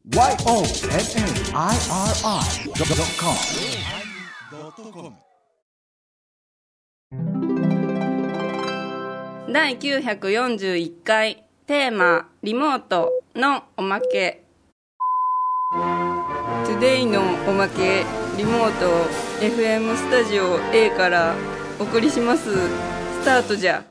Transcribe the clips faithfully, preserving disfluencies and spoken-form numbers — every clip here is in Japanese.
ワイオーエヌエヌアイアールアイドットコムだいきゅうひゃくよんじゅういっかいテーマリモートのおまけ。 Today のおまけリモート エフエム スタジオ A からお送りします。スタートじゃ。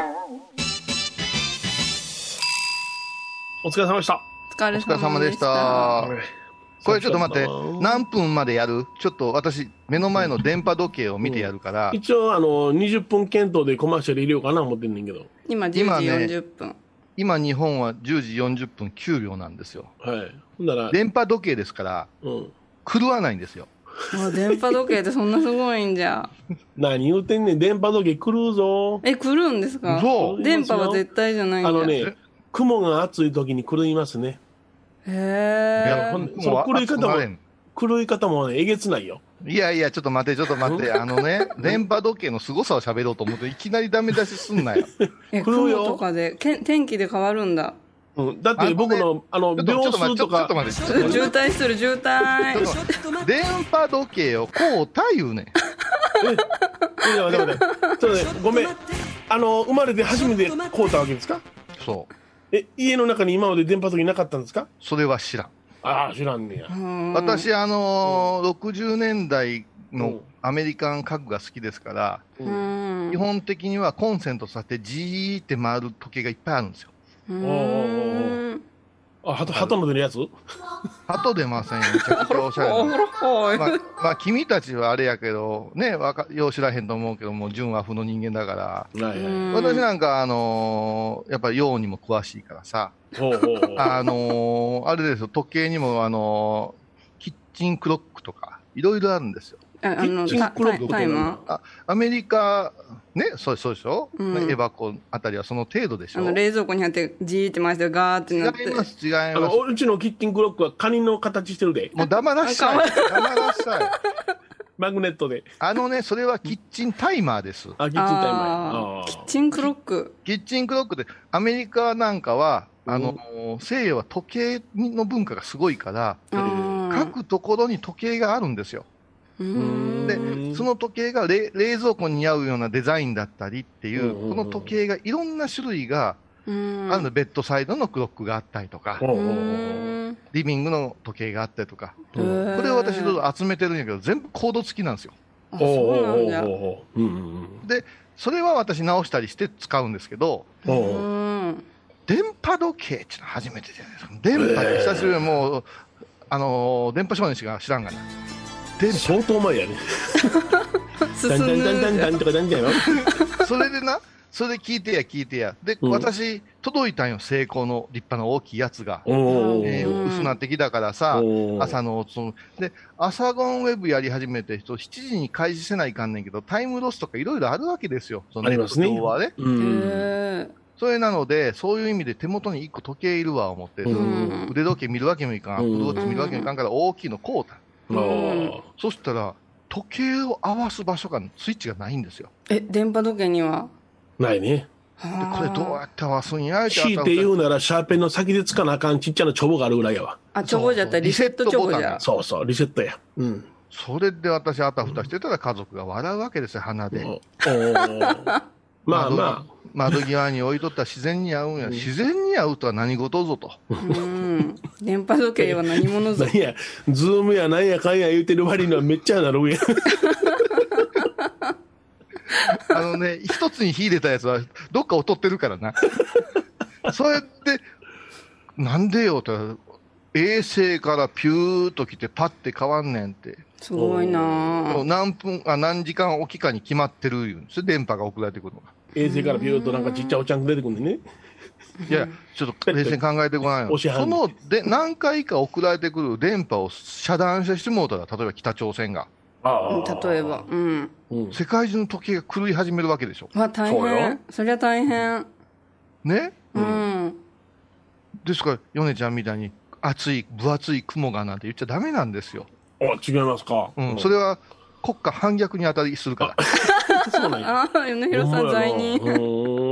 お疲れ様でした。 お疲れお疲れ様様でしでしたた。これちょっと待って、何分分までやる？ちょっと私目の前の電波時計を見てやるから、 一応あのにじゅっぷん検討でコマーシャル入れようかな思ってんねんけど、 今じゅうじよんじゅっぷん、 今日本はじゅうじよんじゅっぷんきゅうびょうなんですよ。 はいほんなら、 電波時計ですからうん、 狂わないんですよ。 あ電波時計ってそんなすごいんじゃ。 何言うてんねん、電波時計来るぞ。 え来るんですか？ そう電波は絶対じゃないんじゃ。 あのね、雲が暑い時に狂いますね。 へいえやほんもうあその狂い方も集まれん狂い方もねえげつないよ。 いやいや、ちょっと待って、ちょっと待って、あのね、電波時計の凄さを喋ろうと思って、いきなりダメ出しすんなよ。 え来るよ雲とかでけ天気で変わるんだ。 うん、だって僕のあのちょっと秒ちょっと待って、ちょ数とかっと待って、ちょっと待って渋滞する渋滞。 ちょっと待って電波時計をこうた言うねん。 いや待って待ってちょっとねごめん、あの生まれて初めて買うたわけですか？ そう。 え家の中に今まで電波時計なかったんですか？ それは知らん。 ああ知らんねや。 私、あのーろくじゅうねんだいのうんアメリカン家具が好きですから、 うん基本的にはコンセントさせてじーって回る時計がいっぱいあるんですよ。 うおーおーーんあ、鳩、鳩の出るやつ？ 鳩出ませんよ、めちゃくちゃおしゃれおな。 もろほいまあ、まあ、君たちはあれやけど、ね、わかよう知らへんと思うけども、純和風の人間だから、 はいはい。 うん私なんか、あのーやっぱり洋にも詳しいからさ、 ほうほうほう。 あのーあれですよ、時計にも、あのーキッチンクロックとか、いろいろあるんですよ。 ああのキッチンタクロックタイマーあアメリカ、ね、そうそうでしょ、 うんねエバコあたりはその程度でしょ。 あの冷蔵庫にあってじーって回してガーってなって。 違います、違いあます。 の、うちのキッチンクロックはカニの形してるで。 もう黙らしちゃい。 あ黙らしちゃい。 マグネットで。 あのね、それはキッチンタイマーです。 あ、キッチンタイマーや。 あーキッチンクロック。 キッチンクロックで、アメリカなんかは、あの、西洋は時計の文化がすごいから、 あー各ところに時計があるんですよ。 うーんでうんその時計が冷冷蔵庫に合うようなデザインだったりっていう、 うんうんうんこの時計がいろんな種類が、 うんあるの、ベッドサイドのクロックがあったりとか、 ほうほうほうほう。 うんリビングの時計があったりとか、 へーこれを私どうぞ集めてるんやけど、全部コード付きなんですよ。 あそうなんじゃ。 ほうほうほう。うんうんで、それは私直したりして使うんですけど、 うん。ほううほうん電波時計っていうのは初めてじゃないですか。電波で久しぶりにもう、あのー電波少年しか知らんがな。電波、 相当前やね。 進ダンダンダンダンむ。 ダンとかダンダンやろ。 それでな、それで聞いてや聞いてや。で、 うん私、届いたんよ、成功の立派な大きいやつが。 おーえーうん薄なってきたからさ、 おー朝のその、で、朝ゴンウェブやり始めて人、しちじに開始せないかんねんけど、タイムロスとかいろいろあるわけですよ、そのありますねネット上はね。 うん。 へーそれなので、そういう意味で手元にいっこ時計いるわ、思って、 うん腕時計見るわけにもいかん、アップルウォッチ見るわけにもいかんから、大きいのこうた。 あーそしたら、時計を合わす場所が、スイッチがないんですよ。 え電波時計には。 ないね。 で、これどうやって合わすんやって強いて言うなら、シャーペンの先でつかなあかんちっちゃなチョボがあるぐらいやわ。 あチョボじゃったらリセットチョボじゃ。 そうそう、リセットや。うん。 それで私、あたふたしてたら家族が笑うわけですよ、鼻で。 おーまあまあ。 窓際に置いとったら自然に合うんや。自然に合うとは何事ぞと。 うん電波時計は何者ぞ。 何や、ズームやなんやかんや言うてる割にはめっちゃなるんや。 あのね、一つに火入れたやつは、どっか劣ってるからな。それで、なんでよって言ったら、衛星からピューっと来てパッて変わんねんって。 すごいなもうぁ。 何分、あ、何時間おきかに決まってる言うんですよ。電波が送られてくるのが。 衛星からビューッとなんかちっちゃいおちゃん出てくるんでね。 いや、ちょっと冷静に考えてごらんよ。 お支払いそので何回か送られてくる電波を遮断してもうたら、例えば北朝鮮が、 あ例えば。うんうん。 世界中の時計が狂い始めるわけでしょ。 わ大そうよ変。そりゃ大変。 ね。 うんですから、ヨネちゃんみたいに厚い、分厚い雲がなんて言っちゃダメなんですよ。 あ、違いますか。 うん。それは国家反逆に当たりするから。 そうなんや。 ああ米広さん罪人。 うーん。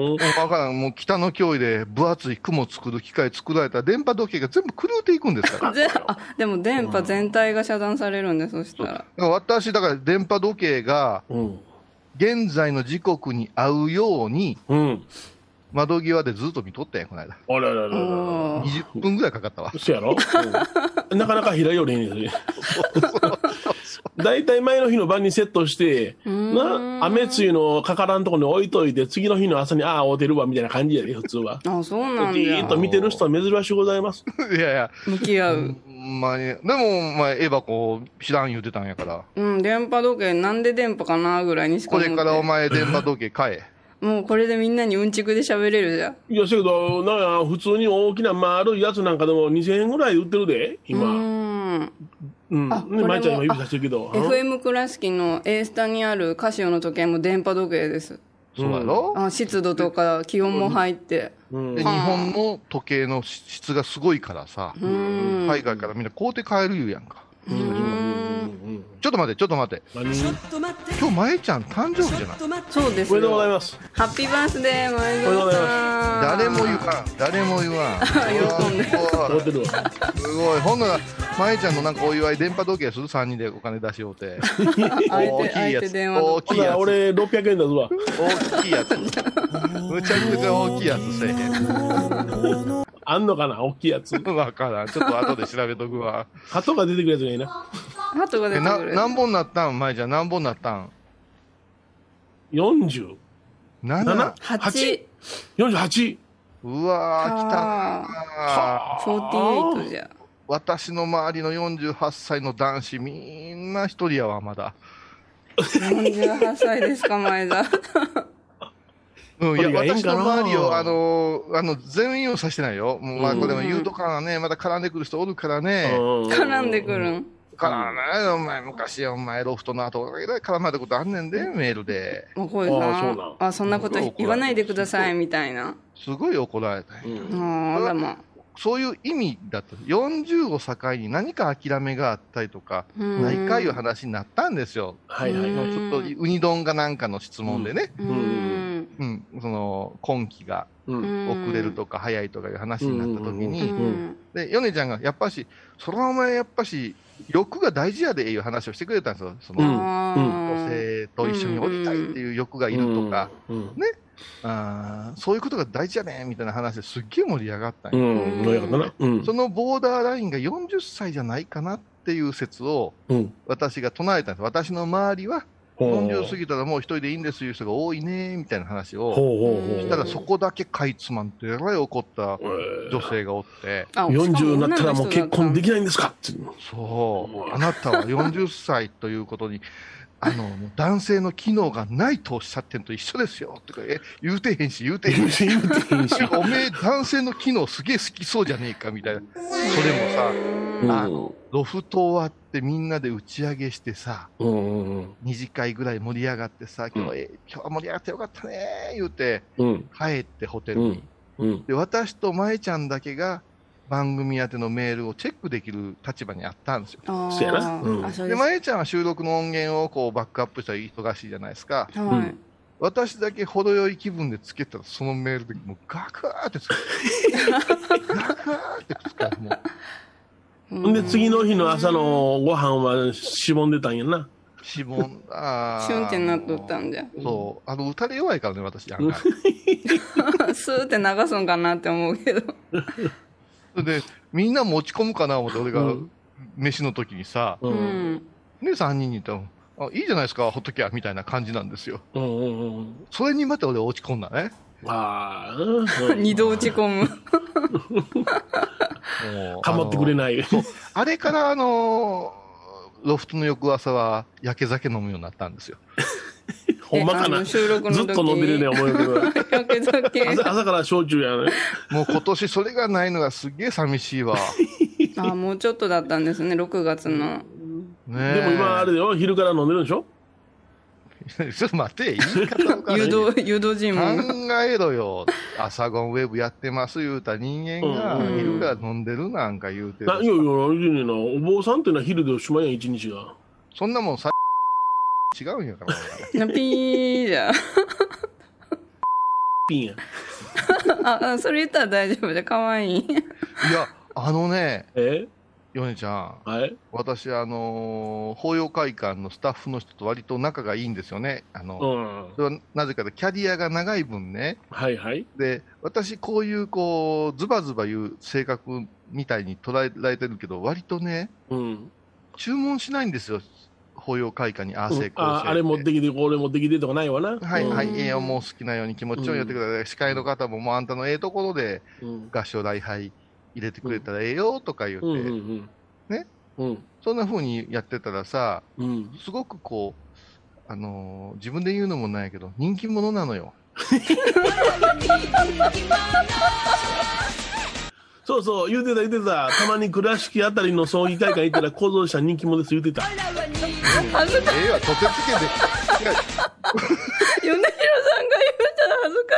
ん。 わからん、もう北の脅威で分厚い雲作る機械作られたら電波時計が全部狂っていくんですから。 ぜあでも電波全体が遮断されるんで、そしたら。 だから私、だから電波時計がうん。 現在の時刻に合うようにうん。 窓際でずっと見とったんや、この間。 あららららら。 おーにじゅっぷんぐらいかかったわ。 そやろ、うん、なかなか平よりへんねん。だいたい前の日の晩にセットして、な、雨梅雨のかからんところに置いといて、次の日の朝に、ああ、会うてるわ、みたいな感じやで、普通は。 あ、そうなんじーっだ。 と見てる人は珍しゅうございます。 いやいや、 向き合う。 まあね、でも、まあ、エヴァこう、知らん言うてたんやから、 うん、電波時計、なんで電波かなぐらいにしかこ思って。 れからお前電波時計買え。 もうこれでみんなにうんちくで喋れるじゃん。 いや、せやけど、なんや、普通に大きな丸いやつなんかでもにせんえんぐらいで売ってるで、 う今。 ーん。 うん。 あこれもね、舞ちゃん今指さしてるけど。うんエフエム 倉敷の A スタにあるカシオの時計も電波時計です。 そうやろ、 あ、湿度とか気温も入って。 うんで日本の時計の質がすごいからさ、 ん海外からみんな買うて買える言うやんか。 うーん。 ちょっと待って、ちょっと待って。 何今日、舞ちゃん誕生日じゃない？ そうですおめでとうございよ。 ます。 ハッピーバースデー、前おめでとうござい園さん。 誰も言わん。誰も言わん。 喜んですごい持ってるわ。 すごい。ほんなら、舞ちゃんのなんかお祝い、電波時計するさんにんでお金出しようて。 相手、 大きい相やつ。 手電話の。 大きいやつ。 俺、ろっぴゃくえんだぞわ。 大きいやつ。むちゃくちゃ大きいやつせえへん。 あんのかな大きいやつ。 わからん。ちょっと後で調べとくわ。 鳩が出てくるやつがいいな。 ハトが出え、な、 てくる。 何本なったん舞ちゃん、何本なったん？ よんじゅう。 なななな。 八。 よんじゅうはち。 うわー、来たなー。 フォーティーエイトじゃ。 私の周りのよんじゅうはっさいの男子、みんな一人やわ、まだ。 よんじゅうはっさいですか、前田。 うん、いや、私これがええんかなの周りを、あの、あの、全員をさしてないよ。もう、まあ、 うんこれも言うとからね、まだ絡んでくる人おるからね。 絡んでくるん。 絡んで、お前、昔、お前、ロフトの後ぐらい絡まれたことあんねんで、メールで。 もうこれさああそうなんあ、そんなこと言わないでください、みたいな。 すごい怒られたんようんああ、だまあ。 そういう意味だと、よんじゅうを境に何か諦めがあったりとか、 うんないかいう話になったんですよ。 はいはいはい。 ちょっと、ウニ丼がなんかの質問でね。 うーん。 うん、その、今期がうん。 遅れるとか早いとかいう話になった時うに、 ん。 で、ヨネちゃんが、やっぱし、それはお前、やっぱし、欲が大事やでいう話をしてくれたんですよ。その、 あ女ー性と一緒におりたいっていう欲がいるとか、 うん。 ね。あーそういうことが大事やねみたいな話ですっげえ盛り上がったんうよ。 ん。どうやかったな。うん。 そのボーダーラインがよんじゅっさいじゃないかなっていう説をうん。 私が唱えたんです。私の周りはよんじゅう過ぎたらもう一人でいいんですいう人が多いねみたいな話を。 ほうほうほう。 したらそこだけかいつまんってえらい怒ったえ女性がおって、 あーよんじゅうになったらもう結婚でききないんですかって。 そう、あなたはよんじゅっさいということに、あの、男性の機能がないとおっしゃってんと一緒ですよ。とか、え、言うてへんし、言うてへんし。 言うてへんしおめえ男性の機能すげえ好きそうじゃねえかみたいな。それもさ、あのロフト終わってみんなで打ち上げしてさ、 うんうんうん二次会ぐらい盛り上がってさ、今日、え今日は盛り上がってよかったねー言うて、 うん帰ってホテルに。 うんで、私と舞ちゃんだけが番組宛てのメールをチェックできる立場にあったんですよ。 あそうやなうんで、 あそうです舞ちゃんは収録の音源をこうバックアップしたら忙しいじゃないですか。 はい私だけ程よい気分でつけたら、そのメールでもうガクーってつけガクーってつかもう。 ほんで、次の日の朝のご飯はしぼんでたんやな。 しぼん、あシュンってなっとったんじゃそう。あの、打たれ弱いからね、私、案外。 スーって流すんかなって思うけどで、みんな持ち込むかな思って、俺がうん飯の時にさ、 う。 うんんね、さんにんにいたら、あ、いいじゃないですか、ほっときゃ、みたいな感じなんですよ。 うんうんうん。 それにまた俺落ち込んだね。 ああ。 二度打ち込むもうかまってくれい。 ない。 あれから、あのーロフトの翌朝は、焼け酒飲むようになったんですよ。 ほんまかな。 えあのず収録の時っと飲んでるね、思うけど。 やけ酒朝朝から焼酎やね。 もう今年それがないのがすげえ寂しいわ。 あもうちょっとだったんですねろくがつのねえでも今あれだよ、昼から飲んでるでしょ。 ちょっと待って、言い方おかしい誘導誘導尋問考えろよ。朝ゴンウェブやってます言うた人間が、 うん昼から飲んでるなんか言うてるないやいや、あれねえな、お坊さんっていうのは昼でおしまいやん、一日が。 そんなもんさ、違うんやから。 なピーじゃピンや。 あ、あそれ言ったら大丈夫で、かわいい。 いや、あのね、 えヨネちゃん、 はい私、あのー法要会館のスタッフの人と割と仲がいいんですよね。あの、 うん。 それはなぜかで、キャリアが長い分ね、 はいはい。 で、私、こういう、こう、ズバズバ言う性格みたいに捉えられてるけど、割とね、 うん。 注文しないんですよ。法要会館に、ああ、成功して。 ああれ持ってきて、これ持ってきてとかないわな。 はいはい、 うんええよ、もう好きなように気持ちよくやってください。司会の方も、もうあんたのええところでうん。 合唱礼拝入れてくれたらええよとか言って、 うんうんね。 うん。 そんな風にやってたらさ、 うん。 すごくこう、あのー自分で言うのもないけど、人気者なのよ。 そうそう、言うてた言うてた。たまに倉敷あたりの葬儀会館行ったら、構造者人気者です言うてた。 恥ずかしええわ、とてつけて。いやい。米広さんが言うたら恥ずか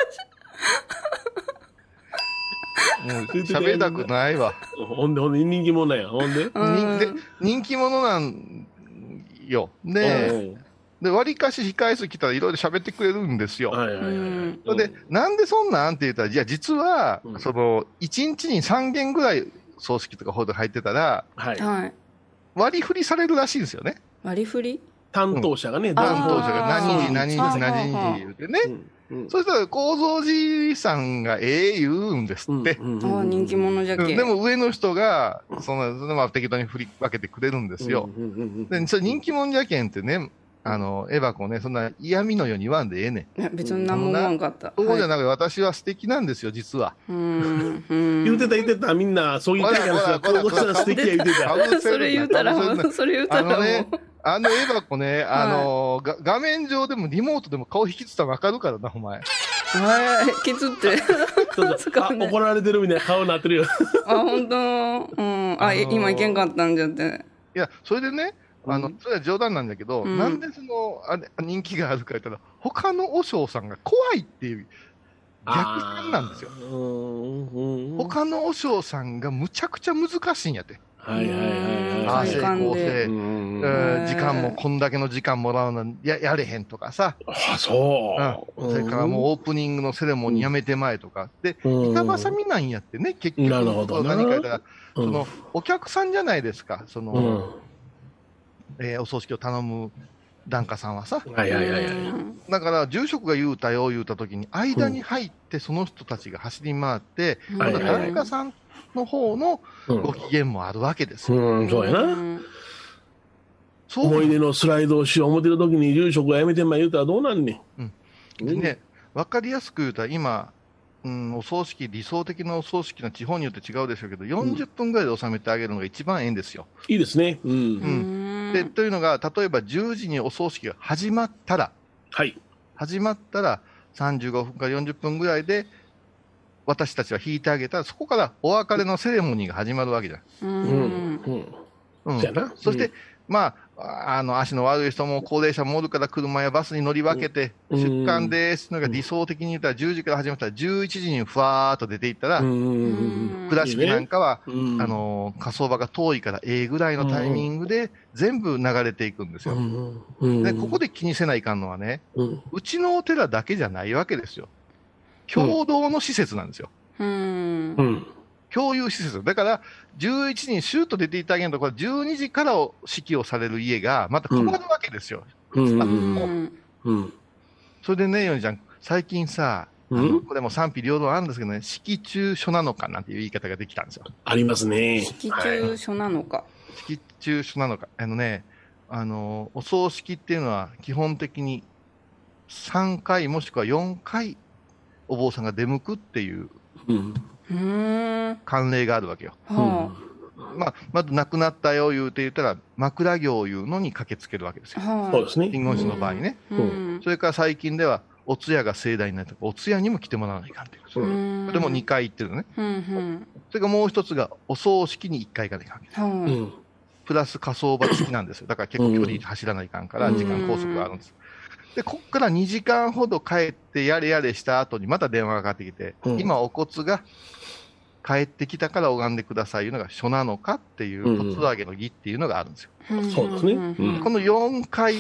しい。 もう喋りたくないわ。 ほんで、ほんで、人気者や。ほんで。 人で人気者なんよ。で、で、割かし控え室来たらいろいろ喋ってくれるんですよ。 はいはいはい。 うんそれで、なんでそんなんって言ったら、いや、実は、 うんその、いちにちにさんげんぐらい葬式とか報道入ってたら、 はい。 はい。 割り振りされるらしいんですよね。 割り振り担当者がね、 ん担当者があー何時、何あー時、何時言うてね。 うんうんそしたら、構造寺さんがええ言うんですって。 うんうんああ、人気者じゃけ。 うんでも上の人が、その、そのまま適当に振り分けてくれるんですよ。 うんうんうんで、それ人気者じゃけんってね、あの、エバコね、そんな嫌味のように言わんでええねん。 いや別に何も思わんかった。 そうじゃななくて、私は素敵なんですよ、実は。 い。うん。うん。 言うてた言うてた、みんな、葬儀会館の人が、こうしたら素敵や言うてた。 かぶせるなそれ言うたら、 かぶせるなそれ言うたらもう。 あのね、あのエバコね、あの、が画面上でもリモートでも顔引きつったらわかるからな、お前。 はい、ケツって。 そうそうあ、怒られてるみたいな顔になってるよ。 あ、本当。うん。あ、い今いけんかったんじゃって。 いや、それでね、あの、 うんそれは冗談なんだけど、 うんなんでその、あれ、人気があるか言ったら、他の和尚さんが怖いっていう、逆算なんですよ。 あーうんうん。 他の和尚さんがむちゃくちゃ難しいんやって。 はいはいはいうんはい。 ああ、成功性、 うんうんへー時間もこんだけの時間もらうのややれへんとかさ、 あ、そう。 うんそれからもうオープニングのセレモニーやめてまえとか、で、 うん板挟みなんやってね、結局、 なるほどな何か言ったら、 うんそのお客さんじゃないですか、その、 うん。 えーお葬式を頼む檀家さんはさ。 はいはいはいはい。 だから、住職が言うたよ言うたときに、間に入って、その人たちが走り回って、 うんまたはいはいはい檀家さんの方のご機嫌もあるわけですよ。 うん、そうやな。 ん。 そう思い出のスライドをしよう思ってる時に住職がやめてまい言うたらどうなんねん。 でね、わかりやすく言うたら、今、うん、お葬式、理想的なお葬式の地方によって違うでしょうけど、よんじゅっぷんぐらいで収めてあげるのが一番ええんですよ。 いいですね。うん。 うんで、というのが、例えばじゅうじにお葬式が始まったら、 はい。 始まったらさんじゅうごふんからよんじゅっぷんぐらいで、私たちは引いてあげたら、そこからお別れのセレモニーが始まるわけじゃん。 う。 うんん。うん。 うんそうやなそして、 うんまあ、あの足の悪い人も高齢者もおるから車やバスに乗り分けて、 うん出棺ですのが理想的に言ったらじゅうじから始まったらじゅういちじにふわーっと出ていったら、 うんうん倉敷なんかは、 うん。 あの火葬場が遠いからええぐらいのタイミングで全部流れていくんですうよ。 んうん。 でここで気にせないかんのはね、 うん。 うちのお寺だけじゃないわけですよ。共同の施設なんですよ。 うんう。ん。 共有施設。だから、じゅういちじにシューッと出ていただけると、これじゅうにじから式をされる家が、また困るわけですよ。 うん。う。 うんん。 うん。 それでね、ヨネちゃん、最近さ、あうんのこれも賛否両論あるんですけどね、式中書なのかなんていう言い方ができたんですよ。 ありますね。 式中書なのか。 式中書なのか。あのね、あの、お葬式っていうのは基本的にさんかいもしくはよんかいお坊さんが出向くっていううん。 うーん。 慣例があるわけよ。 はまあ、まず亡くなったよ言うて言ったら、枕行を言うのに駆けつけるわけですあ。 よ。 はそうですね。 真言宗の場合ね。 うん。 それから最近では、お通夜が盛大になるとか、お通夜にも来てもらわないかんということ。 うん。 それもにかい行ってるのね。 うんうん。 それからもう一つが、お葬式にいっかい行かないかんわけ。 はうん。 プラス火葬場付きなんですよ。だから結構距離走らないかんから、 うん時間拘束があるんです。で、こっからにじかんほど帰ってやれやれした後にまた電話がかかってきて、 うん今お骨が帰ってきたから拝んでくださいいうのが書なのかっていう、 うん骨上げの儀っていうのがあるんですよ。 い。 そうですねうんこのよんかいって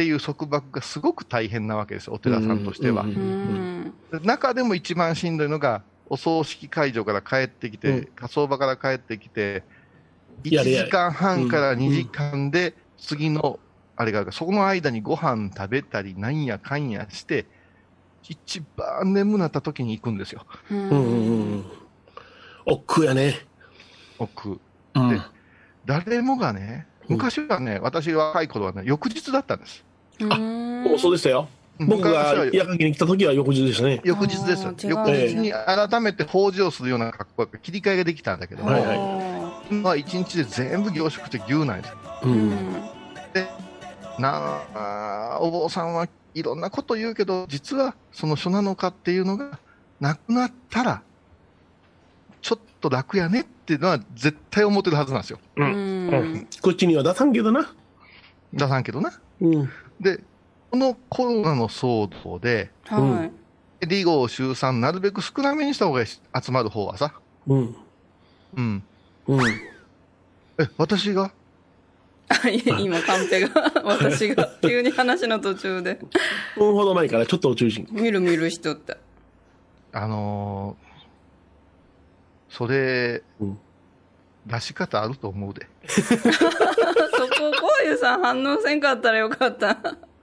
っていう束縛がすごく大変なわけですよ、お寺さんとしては。 うんうんうん中でも一番しんどいのが、お葬式会場から帰ってきて、 うん火葬場から帰ってきて、1 やれやれ時間半からにじかんで次のあれがあるから、その間にご飯食べたり、なんやかんやして、一番眠なった時に行くんですよ、 ううんうんうんん。億劫やね。 奥。 うんで誰もがね、昔はね、私が若い頃はね、翌日だったんです。 うん僕もそうでしたよ。僕が夜間に来た時は翌日でしたね。 翌日です。 あー違翌う日に改めて法事をするような格好が切り替えができたんだけども、 はいはいは今は一日で全部凝縮して牛なんですよ。 う。 うんんで、なあ、お坊さんはいろんなこと言うけど、実はその書なのかっていうのが、なくなったら、ちょっと楽やねっていうのは絶対思ってるはずなんですよ。 う。 うんん口には出さんけどな。 出さんけどな。 うん。 で、このコロナの騒動で、 はい離合集散なるべく少なめにした方がいいし集まる方はさ。 うん。 うん。 うん。 え、私があいや今カンペが私が急に話の途中で分ほど前からちょっとお中心。 みるみるしとったあのー、それ、 うん出し方あると思うで。 そここういうさん反応せんかったらよかった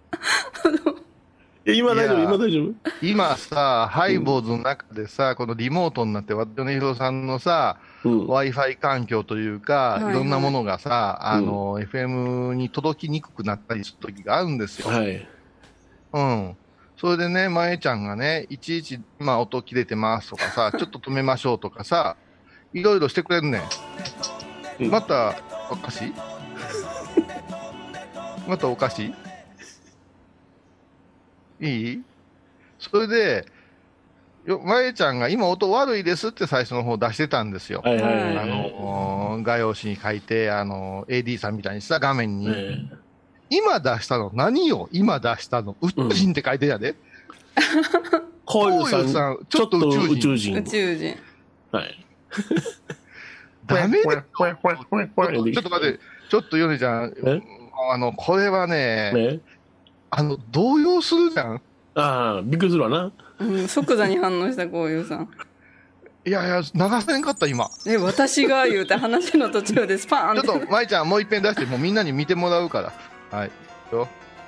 いや、今大丈夫、 いや今大丈夫。 今さ、ハイボーズの中でさ、このリモートになって、渡辺宏さんのさ、 うん。 Wi-Fi 環境というか、 いはいいろんなものがさ、あの、エフエム に届きにくくなったりする時があるんですよ。 はい。 うん。それでね、まえちゃんがね、いちいち、まあ、音切れてますとかさ、ちょっと止めましょうとかさ、いろいろしてくれるねん。 うんまた、おかしいまたおかしいいいそれで、よまえちゃんが今音悪いですって最初の方出してたんですよ。 はいはいはいあはい。 のー画用紙に書いて、あのー、エーディー さんみたいにした画面に、 え今出したの何よ今出したの宇宙人って書いてるやで。 えこういうさこういうさん、ちょっと宇宙人。 宇宙人はい。 ダメだよ。 ほやほやほやほやほやちょっと待って、ちょっとヨネちゃん、 えあの、これはね、 ね。 あの、動揺するじゃん。 ああ、びっくりするわな。 うん即座に反応したこういうさんいやいや、流せんかった、今。 え私が言うて話の途中でスパーンちょってっと、舞ちゃん、もう一遍出して、もうみんなに見てもらうから。はい。よ。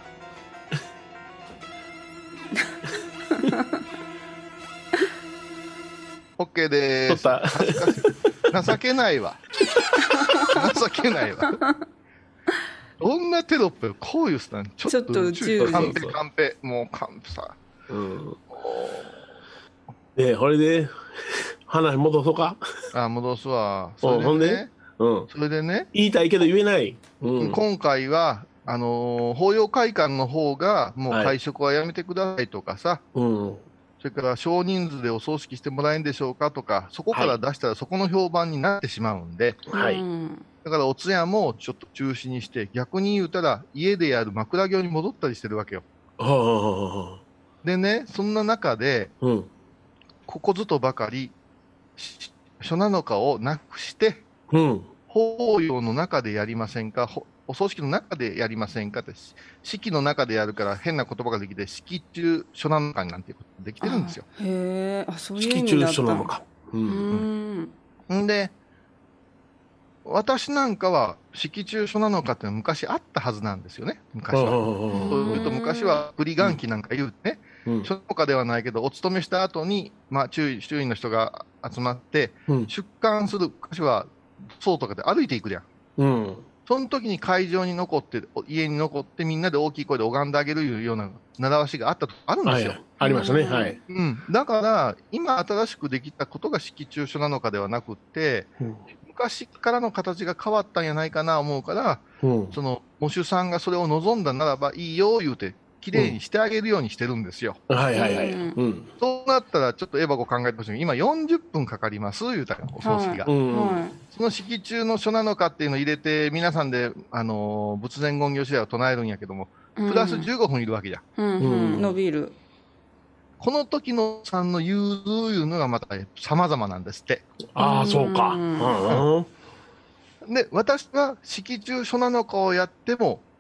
オッケーでーす。 撮った。 恥ずかしい情けないわ。情けないわ。どんなテロップよ、こういうさん、ちちょっと宇宙人カンペ、カンペ、もうカンペさ。 うん。で、これで、話戻そうか。 あ、戻すわ。そほんでれでね、 うん。 それでね、 言いたいけど言えない。うん。 今回は、あのー法要会館の方が、もうはい会食はやめてくださいとかさ、 うん。 それから少人数でお葬式してもらえんでしょうかとか、そこから出したらそこの評判になってしまうんで、 はい。 うんだからお通夜もちょっと中止にして、逆に言うたら、家でやる枕業に戻ったりしてるわけよ。 はあ、はあはあ、 でね、そんな中で、 うん。 ここぞとばかり、し書なかをなくして、 うん。 法要の中でやりませんか、ほお葬式の中でやりませんかって、し式の中でやるから変な言葉ができて、式中書なかなんていうことできてるんですよ。 あへえあそういう意式味だった中書なのか。う。 うんんんで、私なんかは、式中書なのかっていうのは昔あったはずなんですよね、昔は。 はあはあはそういうと昔は、栗元気なんか言うてね、 あうん。 書のかではないけど、お勤めした後に、まあ、注意、周囲の人が集まって、 うん。 出棺する、昔は、そうとかで歩いていくじゃん。 うん。 その時に会場に残って、お家に残って、みんなで大きい声で拝んであげるいうような習わしがあったとあるんですよ。 はい。ありましたね。はい。 うん。だから、今新しくできたことが式中書なのかではなくって、 うん。 昔からの形が変わったんやないかな思うから、 うん。 その、喪主さんがそれを望んだならばいいよ、言うて、きれいにしてあげるようにしてるんですよ。 はいはいはい。 うんうん。 そうなったら、ちょっとエバコ考えてほしい。今よんじゅっぷんかかります、言うたら、お葬式が。 うん。 はいその式中の書なのかっていうのを入れて、皆さんで、あのー仏前言行次第を唱えるんやけども、プラスじゅうごふんいるわけじゃん。 うんうんうん伸びるこの時のさんの融通いうのがまた様々なんですって。 ああ、そうか。 ううんん。 で、私は式中書なのかをやっても、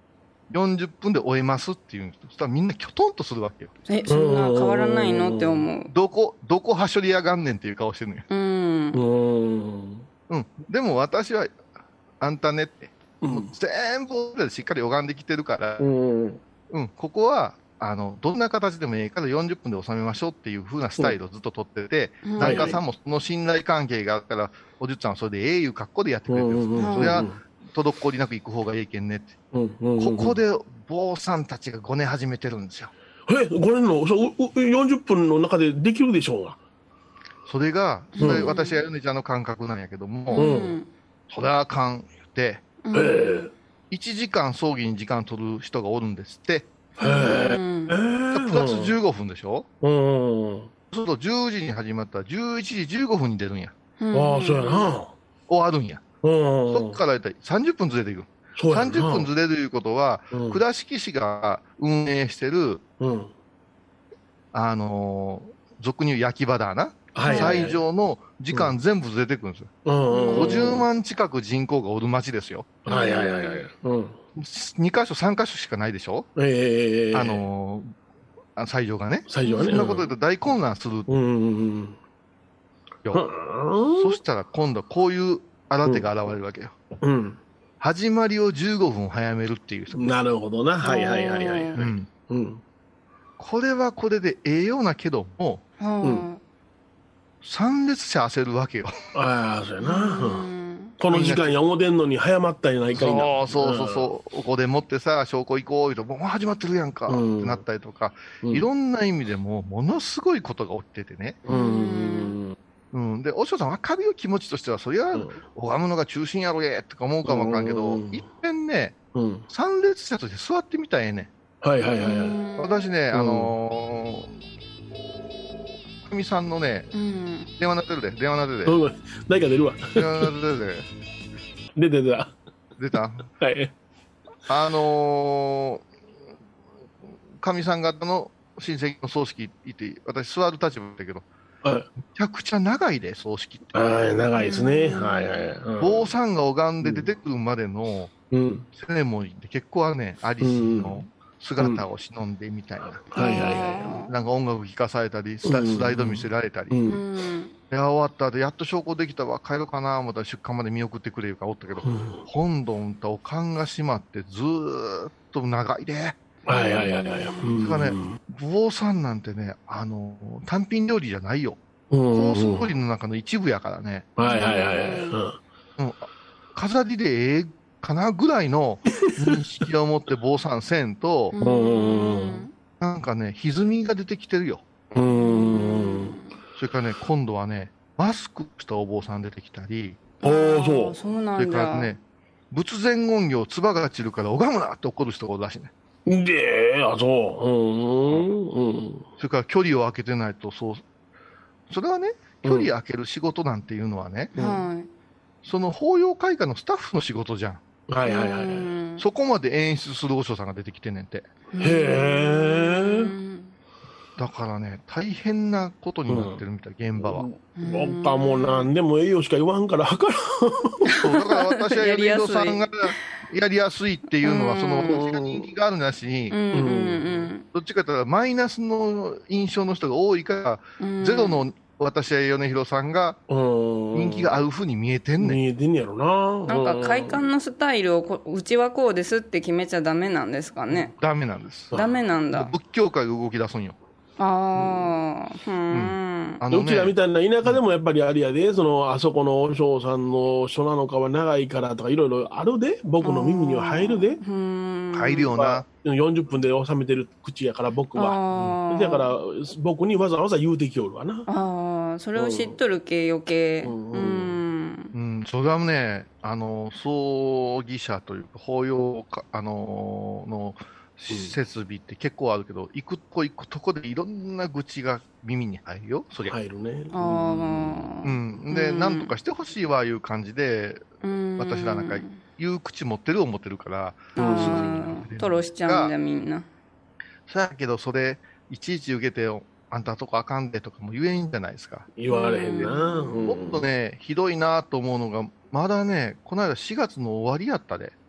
よんじゅっぷんで終えますっていう。そしたらみんなきょとんとするわけよ。 え、そんな変わらないのって思う。 どこ、どこはしょりやがんねんっていう顔してるのよ。 うん。 うーん。 うん。でも私は、あんたねって、 うんもう全部でしっかり拝んできてるから、 うん。 うん、ここは、あの、どんな形でもいいからよんじゅっぷんで収めましょうっていう風なスタイルをずっと取ってて、 うん檀家さんもその信頼関係があるから、おじゅっちゃんはそれでええいう格好でやってくれてるんですよ。 うんそれは、滞りなく行く方がいいけんねって。 うんうんここで、坊さんたちがごね始めてるんですよ。 え、これの、そうううよんじゅっぷんの中でできるでしょうが。 それが、それ私やヨネちゃんの感覚なんやけども、 ううんん。 それはあかん言って、 うんえいちじかん葬儀に時間取る人がおるんですって。 え。へえ。 うんええ。 プラスじゅうごふんでしょ、 うん。 そうするとじゅうじに始まったらじゅういちじじゅうごふんに出るんや。 ああ、そうやな。 終わるんや。 うん。 そっからだいたいさんじゅっぷんずれていく。 そうやな。 さんじゅっぷんずれるいうことは、 うん倉敷市が運営してる、 うん。 あのー俗に言う焼き場だな。 はいはいはい最上の時間全部ずれてくるんですよ。 うん。 ごじゅうまん近く人口がおる町ですよ。 はいはいはいはい。うん。 にかしょさんかしょしかないでしょ、 ええ。 あ、のー、あ最上がね。 最初はね。 そんなこと言うと大混乱するうんうんうんよ。 うん。 そしたら今度はこういう新手が現れるわけよ。 うん。 始まりをじゅうごふん早めるっていう人。 なるほどな。はいはいはいはい。 ううん。 うん。 これはこれでええようなけども、 うん参列者焦るわけよ。 ああ、そうやな。 ううんんこの時間や思てんのに早まったんやないかいな。 そうそうそうそう、ここでもってさ、証拠行こう言うと、もう始まってるやんか、 うんってなったりとか、 うん。 いろんな意味でも、ものすごいことが起きててね。 うん。 うん。で、お師匠さん分かるよ、気持ちとしては。そりゃ、拝むのが中心やろげとか思うかもわかんけど、 うんいっぺんね、 うん。 参列者として座ってみたらええねん。 はいはいはいはい。 私ね、 うんあのー、かみさんのね、 うん電話鳴ってるで、電話鳴ってるうん。何か出るわ。 で、電話鳴ってるで、 出て出た。 出たはい。 あのー、かみさん方の親戚の葬式行って、私座る立場だけど、 はい。 めちゃくちゃ長いで、葬式って。 はい、長いですね。はいはい。うん坊さんが拝んで出てくるまでのうん。 セレモニーって結構はね、アリスの姿を忍んでみたいな。 はいはいはなんか音楽聴かされたり、スラうんスライド見せられたり。 い。う。 うんんで、終わった後、やっと証拠できたわ、帰ろうかな思ったら出棺まで見送ってくれるからおったけど、 うん本堂とおかんが閉まってずーっと長いで。 はいはいはいはい。うんそれからね、坊さんなんてね、あの、単品料理じゃないよ。 うんコース料理の中の一部やからね。 はいはいはいはい。 うん、飾りでええかなぐらいの認識を持って坊さんせんと、 うんなんかね、歪みが出てきてるよ。 うん。うん。 それからね、今度はね、マスクしたお坊さん出てきたり、 おー、そう。 そうなそれんだからね、仏前言行、唾が散るから拝むなって怒る人がおるらしいね。 で、あ、そう。うん。うん。 それから距離を空けてないと、そう、それはね、距離空ける仕事なんていうのはね、 はいその法要会館のスタッフの仕事じゃん。 はいはいはいはい。 うんそこまで演出する和尚さんが出てきてんねんて。 へうんだからね、大変なことになってるみたい、現場は。 僕はもう何でも栄養しか言わんから、はからん。 そうだから私は米やりやすい広さんがやりやすいっていうのは、 うんその私が人気があるなしにう、んうんどっちかというとマイナスの印象の人が多いから、 うんゼロの私は米広さんがうん。 人気があるふうに見えてんねん。 見えてんやろな。 なんか会館のスタイルをこうちはこうですって決めちゃダメなんですかね。 ダメなんです。 ダメなんだ。 仏教界が動き出すんよ。 ああ、うん。 あのうちらみね、 たいな田舎でもやっぱりあれやで、その、あそこの和尚さんの書なのかは長いからとかいろいろあるで、僕の耳には入るで。 うん。 入るよな。 よんじゅっぷんで収めてる口やから僕は。 あーだから僕にわざわざ言うてきおるわな。 ああ、それを知っとるけ余計。 ううんん。 うん、それはね、あの、葬儀社というか、法要か、あのの設備って結構あるけど、行くとこ行くとこでいろんな愚痴が耳に入るよ、そりゃ。 入るね。 ああ。 うん。で、 うんなんとかしてほしいわ、いう感じで、 うん。 私らなんか言う口持ってる思ってるから、 ああ、トロしちゃうんだみんな。 そやけど、それ、いちいち受けて、あんたとこあかんでとかも言えんじゃないですか。 言われへんな。うんもっとね、ひどいなと思うのが、まだね、この間しがつの終わりやったで。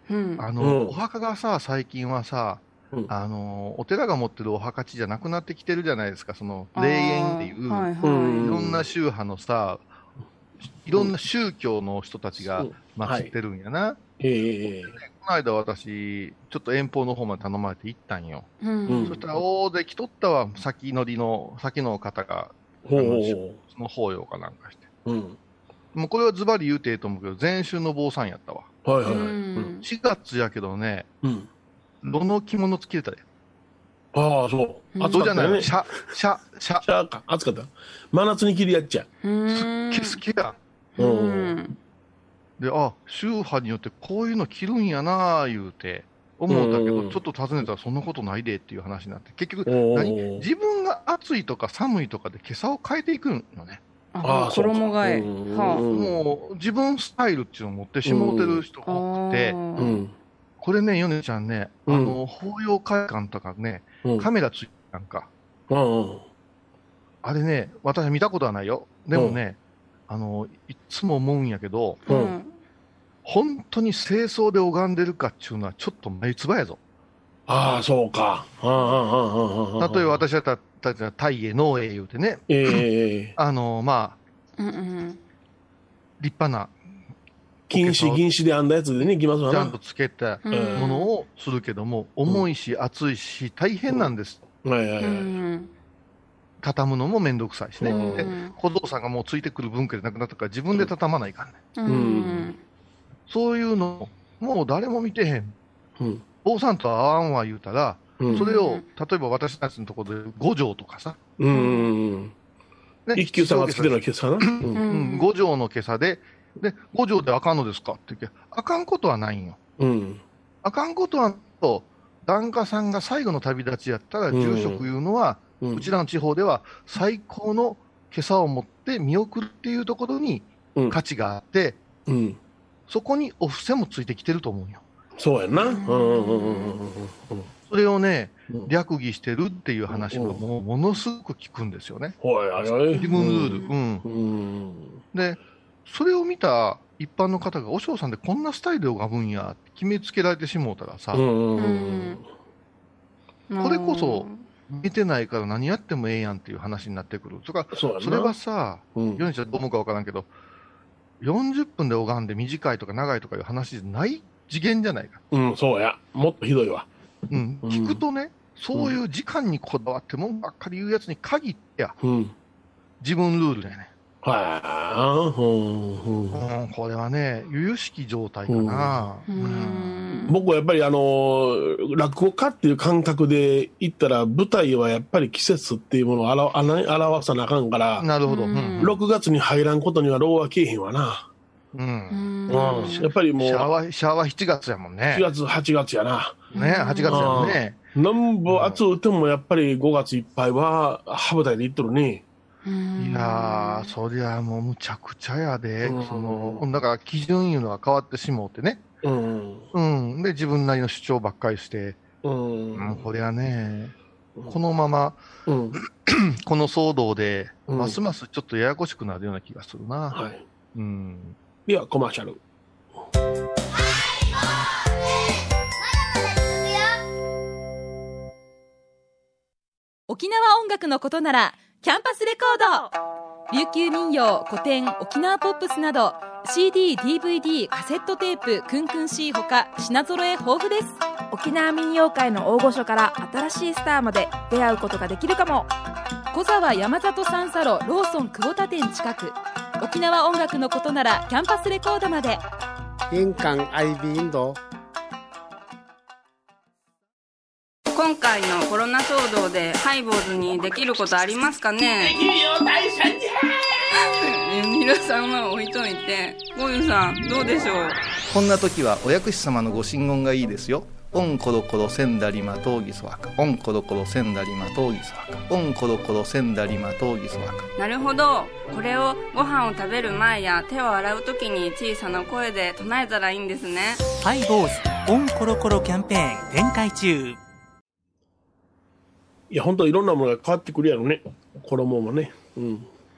うんあの、 うんお墓がさ、最近はさ、 うんあの、お寺が持ってるお墓地じゃなくなってきてるじゃないですか、その、霊園っていう、 はいはいうんいろんな宗派のさ、いろんな宗教の人たちが祀ってるんやな。 ええこの間私、ちょっと遠方の方まで頼まれて行ったんよ。 うんうんそしたら大勢来とったわ、先乗りの、先の方が、 ほうあのその法要かなんかして。 うんもうこれはズバリ言うてええと思うけど、前週の坊さんやったわ。 はいはいはい。 ううんんしがつやけどね、 うんどの着物つけてたで。 ああ、そう。 うん暑そうじゃないの、 かったよね。 シャ、シャ、シャ、 シャーか。暑かった。真夏に着るやっちゃ。 うん好き好きや。 ううんんで、あ、宗派によってこういうの着るんやなあ言うて、思ったけど、 うんちょっと尋ねたらそんなことないでっていう話になって、結局、 おー何自分が暑いとか寒いとかで今朝を変えていくのね。 ああそうか衣替えうんはうんもう自分スタイルっていうのを持ってしもうてる人あが多くて、 あうーん。 これね、ヨネちゃんね、 うんあの、法要会館とかね、 うん。 カメラついてなんか、 うん。 あれね、私は見たことはないよ。でもね、あの、いっつも思うんやけど、 うんうん本当に清掃で拝んでるかっていうのはちょっと眉唾やぞ。 ああ、そうか。ああ、ああ、ああ、ああ。 例えば私だったら、大英、農営言うてね、 ええあの、まあ、 うんうん立派な、 禁止、禁止で編んだやつでね、いきますわな。 ちゃんとつけたうんものをするけども、重いし、熱いし、大変なんです。 うはいはいはい。 ん畳むのもめんどくさいしね。 うんで、小僧さんがもうついてくる文化でなくなったから自分で畳まないかんね。 うんうんそういうの、もう誰も見てへん。 うん。 坊さんとは合わんわ言うたら、 うんそれを、例えば私たちのところでご条とかさ、 うんうん。 ね一休さんがつけてるのは今朝な。うん。 ううんん、ご条の今朝で、で、ご条であかんのですかって言って、あかんことはないんよ。 うん。 あかんことはと、檀家さんが最後の旅立ちやったら、 うん住職いうのは、 ううちらの地方では最高の今朝を持って見送るっていうところにうん。 価値があって、 うん。 そこにお布施もついてきてると思うよ。 そうやんな。うんうんうんうんうんそれをね、 うん。 略儀してるっていう話がもうものすごく聞くんですよね。 ほい、あれ。 自分ルール。うん。 うん。 で、それを見た一般の方が、和尚さんでこんなスタイルで拝むんやって決めつけられてしもうたらさ、 うんうんうんうんこれこそ見てないから何やってもええやんっていう話になってくる。それから、 そうやな。 それはさ、 うん、 ヨネちゃんどう思うかわからんけど、よんじゅっぷんで拝んで短いとか長いとかいう話じゃない次元じゃないか。 うん、そうや。もっとひどいわ。 うん。 うん聞くとね、そういう時間にこだわってもんばっかり言うやつに限ってや、 うん。 自分ルールだよね。 はい、あーうんうんうん、これはね、由々しき状態かな。 ううんん僕はやっぱりあのー落語家っていう感覚で言ったら舞台はやっぱり季節っていうものを表あら表さなあかんから、 なるほど。ううんん。 ろくがつに入らんことには労はけえへんわな。 うん。 うん。 うんやっぱりもうシャワー、シャワーしちがつやもんねし。がつ、はちがつやな。 ね、はちがつやもんね。 なんぼ暑うてもやっぱりごがついっぱいは羽舞台で行っとるね。 いやー、そりゃもうむちゃくちゃやで。 うんその、だから基準いうのが変わってしもうてね。 うん。 うん。で、自分なりの主張ばっかりして。 うん。 うん、こりゃね、このまま、 うん。 この騒動で、 うんますますちょっとややこしくなるような気がするな。 はい。 うん。 では、コマーシャル。 沖縄音楽のことならキャンパスレコード、琉球民謡、古典、沖縄ポップスなど シーディー、ディーブイディー、カセットテープ、クンクン C ほか品揃え豊富です。 沖縄民謡界の大御所から新しいスターまで出会うことができるかも。 小沢山里三佐路ローソン久保田店近く。沖縄音楽のことならキャンパスレコードまで。 印鑑アイビーインド。 今回のコロナ騒動でハイボーズにできることありますかね。できるよ大社じゃ皆さんは置いといて、ゴユさんどうでしょう。 こんな時はお薬師様のご神言がいいですよ。オンコロコロセンダリマトウギソワカ、オンコロコロセンダリマトウギソワカ、オンコロコロセンダリマトウギソワカ。 なるほど。これをご飯を食べる前や手を洗うときに小さな声で唱えたらいいんですね。 ハイボーズオンコロコロキャンペーン展開中。 いや、本当いろんなものが変わってくるやろね。衣もね。うん。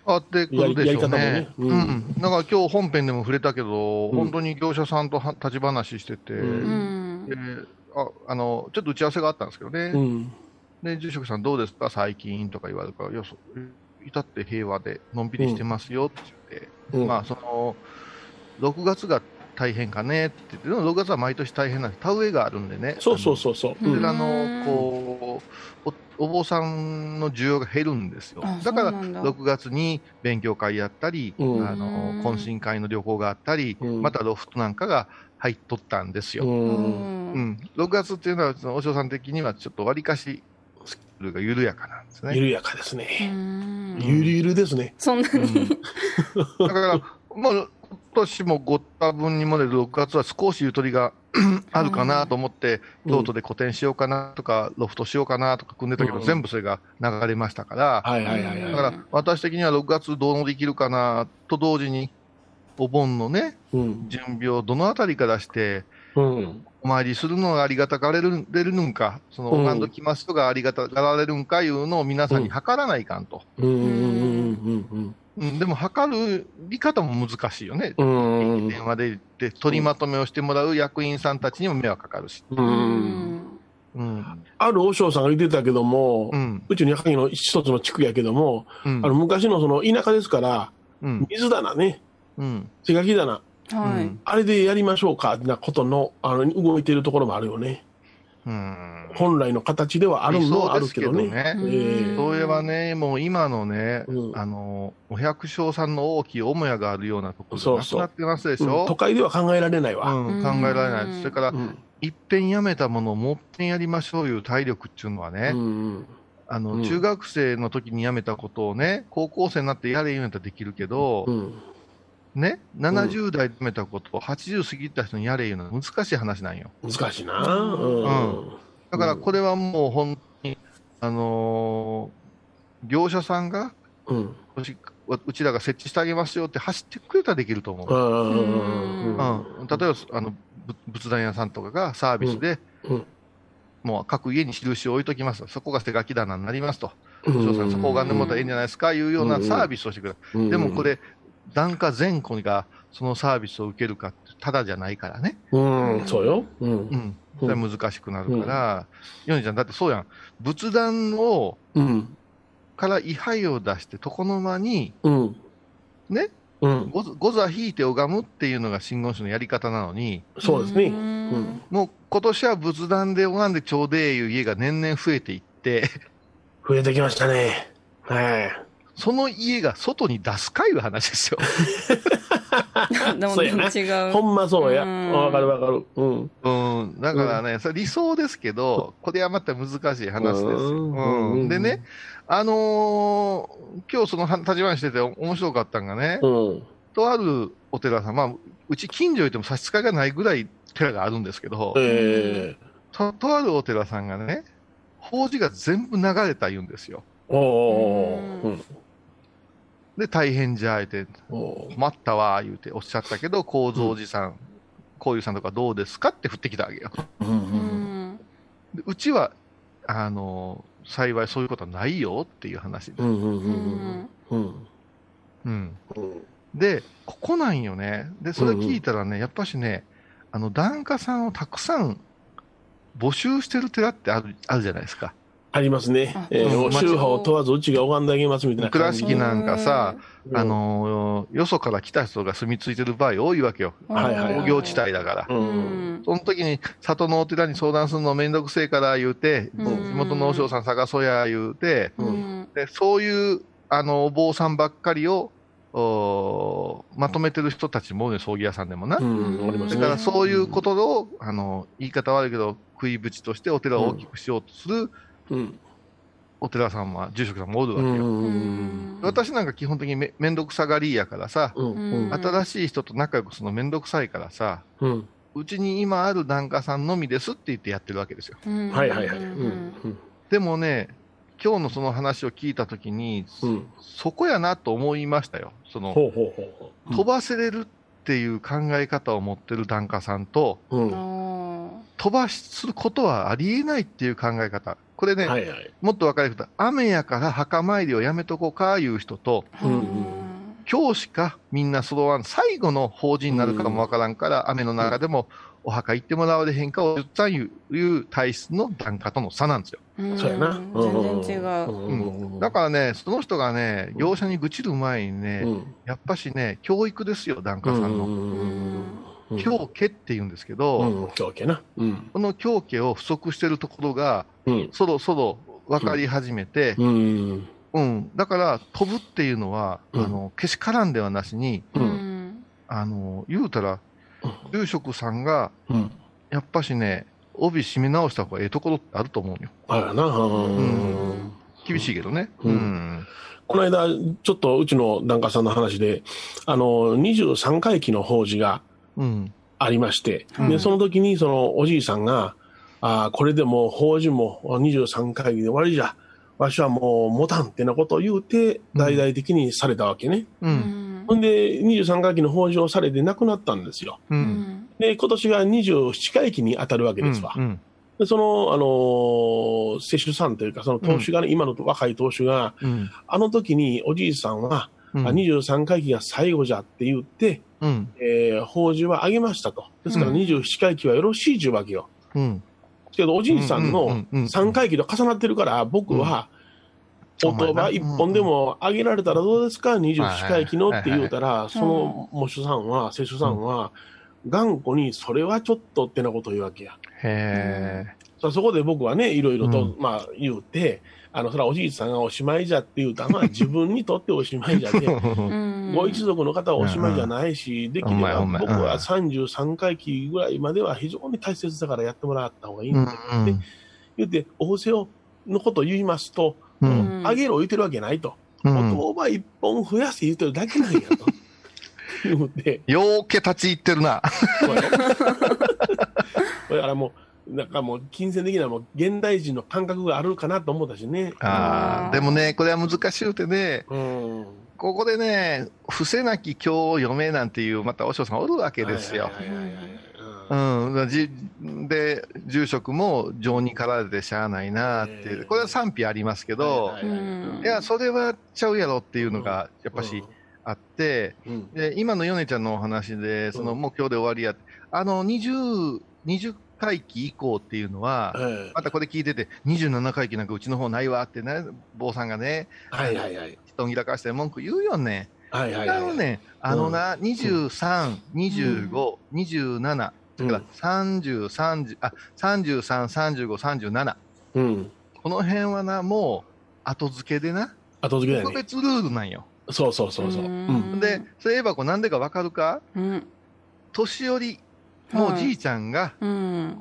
あってくるでしょうね。 やり方もね。 うん。だから今日本編でも触れたけど、 うん本当に業者さんとは立ち話してて、 うんでああの、ちょっと打ち合わせがあったんですけどね。 うん。 で、住職さんどうですか最近とか言われるから、よそ、至って平和で、のんびりしてますよって言って、 うんまあ、その、ろくがつが大変かねって言って、でもろくがつは毎年大変なんで、田植えがあるんでね。 そうそうそうそう。 あのお寺の、こう、お、お坊さんの需要が減るんですよ。 あだから、 そうなんだろくがつに勉強会やったり、 うんあの、懇親会の旅行があったり、 うんまたロフトなんかが入っとったんですよ。 う。 うんうんん、ろくがつっていうのは、そのお嬢さん的にはちょっとわりかし、スケジュールが緩やかなんですね。 緩やかですうね。 んゆるゆるですね。 そんなに、 だから、もう、今年もご多分にもね、ろくがつは少しゆとりがあるかなと思って、 うん京都で個展しようかなとか、ロフトしようかなとか組んでたけど、 うん全部それが流れましたから、 はいはいはいはい。 だから、私的にはろくがつどう乗り切るかなと同時に、お盆のね、 うん。 準備をどのあたりからして、 うん。 お参りするのがありがたがれるれるのか、その、 うん拝んどきますとがありがたがられるんかいうのを皆さんに測らないかんと。 うん。うん。うん。 うん、でも、測り方も難しいよね。 うん。 電話で言って、取りまとめをしてもらう役員さんたちにも迷惑かかるし。 う。 うんんうん。 ある和尚さんが言ってたけどもう、ん。 うちの中の一つの地区やけども、 うんあの昔のその田舎ですから、 うん。 水棚ね、 うん。 手書き棚、 はい、 うんあれでやりましょうか、なことの、あの、動いているところもあるよね。 うん。 本来の形ではあるのはあるけどね。 理想ですけどねええそういえばね、もう今のね、 うんあの、お百姓さんの大きい母屋があるようなところじゃそうそうなくなってますでしうんょ。 都会では考えられないわ。 うん、考えられない。 うんそれから、 うんいっぺんやめたものをもっぺんやりましょういう体力っていうのはね、 うんあの、 うん中学生の時にやめたことをね、高校生になってやれ言うんやったらできるけど、 うんね、ななじゅう代でやめたことをはちじゅう過ぎた人にやれ言うのは難しい話なんよ。 難しいな。うんだからこれはもう本当に、あのー業者さんが、 うんうちうちらが設置してあげますよって走ってくれたらできると思う。 うんうん、例えばあのぶ仏壇屋さんとかがサービスで、 うんもう各家に印を置いときますと、そこが手書き棚になりますと、 うんお嬢さん、そこを拝んでもらったらいいんじゃないですか、いうようなサービスをしてくれる、 うんでもこれ、檀家全戸がそのサービスを受けるかって、ただじゃないからね、 うん、そうよ。う。 うんん、それは難しくなるから、ヨネちゃん、だってそうやん、仏壇をうん。 から位牌を出して、床の間に、 うん。 ね、 うん。 ごご座引いて拝むっていうのが真言宗のやり方なのに、 そうですね。 ううんん。 もう今年は仏壇で拝んでちょうでえいう家が年々増えていって、 増えてきましたね。はい。 その家が外に出すかいう話ですよ。 でもそうやな違う。 ほんまそうや。 うんわかるわかる。うん。 うん、だからね、それ理想ですけど、これはまた難しい話ですよ。 うんうん、でね、あのー今日そのは立ち話してて面白かったんがね、 うん。 とあるお寺さん、まあ、うち近所行っても差し支えがないぐらい寺があるんですけど、 ええ。 ととあるお寺さんがね、法事が全部流れた言うんですよ。 おー。うん。 で、大変じゃあえて、 おー困ったわ、言うておっしゃったけど、幸三寺さん、こういうさんとかどうですかって振ってきたわけよ。 うんう。 うんんでうちは、あの、幸いそういうことはないよっていう話で。 うんうんううんんうん。 うん。 うん。 で、ここなんよね。で、それ聞いたらね、やっぱしね、あの、檀家さんをたくさん募集してる寺ってある、あるじゃないですか。 ありますねあ。 えー、 うんお宗派を問わずうちが拝んであげますみたいな倉感じ。 敷なんかさ、 うんあ、のーよそから来た人が住み着いてる場合多いわけよ。 はいはいはい工業地帯だから。 う。 うんんその時に、里のお寺に相談するのめんどくせえから言うて、 うん地元の和尚さん探そうや言うて、 うんでそういう、あの、お坊さんばっかりを、おまとめてる人たちも多いね、葬儀屋さんでもな。 うん、ありますね。 だからそういうことを、あの、言い方悪いけど、食いぶちとしてお寺を大きくしようとするうん。 お寺さんは、住職さんもおるわけよ。 うん。 私なんか基本的にめめんどくさがりやからさ、 うん。うん。 新しい人と仲良くするのめんどくさいからさ、 うん。 うちに今ある檀家さんのみですって言ってやってるわけですよ。 うんはいはいはい。うん。うん。 でもね、今日のその話を聞いたときに、 うん。 そこやなと思いましたよ。その、 ほうほうほうほう。 飛ばせれるっていう考え方を持ってる檀家さんと、 うん。 あ飛ばすることはありえないっていう考え方。これね、 はいはい。 もっと分かりやすく言うと、雨やから墓参りをやめとこうかいう人と、 ーうん今日しかみんな揃わん、最後の法事になるかもわからんから、雨の中でもお墓行ってもらわれへんかを言ったんいういう体質の檀家との差なんですよ。 そうやな。 全然違う。 うん、だからね、その人がね、業者に愚痴る前にね、うん、やっぱしね、教育ですよ、檀家さんの。教家って言うんですけど、うん、 教家な。うん、 この教家を不足してるところが、うん、そろそろ分かり始めて、うんうんうん、だから飛ぶっていうのは、うん、あのけしからんではなしに、うん、あの言うたら、住職さんが、うん、やっぱしね、帯締め直した方がええところってあると思うよ。 あらな、うんうん、厳しいけどね。うんうん、 この間、ちょっとうちの檀家さんの話で、あのにじゅうさんかいきの法事がありまして、うん、でその時にそのおじいさんが、あこれでもう法事もにじゅうさんかいきで終わりじゃ、わしはもう持たんってなことを言うて、大々的にされたわけね。うん、ほんで、にじゅうさんかいきの法事をされて亡くなったんですよ。うん、で、今年がにじゅうななかいきに当たるわけですわ。うんうん、でその、あのー、施主さんというか、その当主がね、うん、今の若い当主が、うん、あの時におじいさんは、うん、にじゅうさんかいきが最後じゃって言って、うんえー、法事はあげましたと。ですからにじゅうななかいきはよろしいというわけよ。うんけどおじいさんのさんかいきと重なってるから、僕は、お言葉一本でもあげられたらどうですか、にじゅうななかいきのって言うたら、その喪主さんは、施主さんは、頑固にそれはちょっとってなことを言うわけや。 へー。そこで僕はね、いろいろと、まあ言うて、あの、それはおじいさんがおしまいじゃって言うたのは自分にとっておしまいじゃで、ご一族の方はおしまいじゃないし、できれば僕はさんじゅうさんかいきぐらいまでは非常に大切だからやってもらった方がいいんだって言って、お布施をのことを言いますと、あげろ言ってるわけないと。お当場一本増やせ言ってるだけなんやと。言うて。 ようけ立ち入ってるな。 だからもう、なんかもう金銭的なもう現代人の感覚があるかなと思ったしね。 ああ、でもね、これは難しゅうてね、うん、ここでね、伏せなき経を読めなんていう、また和尚さんおるわけですよ。で、住職も情に駆られてしゃあないなって、これは賛否ありますけど、いや、それはちゃうやろっていうのが、やっぱしあって、うん、で今の米ちゃんのお話で、その目標で終わりやって、あの、にじゅう、にじゅっかいき以降っていうのは、またこれ聞いてて、にじゅうななかいきなんかうちの方ないわってね、坊さんがね、 はいはいはい、 人ぎらかして文句言うよね。はいはいはい、違うね。あのな、うん、にじゅうさん、にじゅうご、うん、にじゅうなな、だからさんじゅう、さんじゅう、あ、さんじゅうさん、さんじゅうご、さんじゅうなな。うん、この辺はな、もう後付けでな、 後付けだね。 特別ルールなんよ。 そうそうそうそう。うん、 で、そういえばこれなんでかわかるか、うん、年寄り、もうじいちゃんが、うん、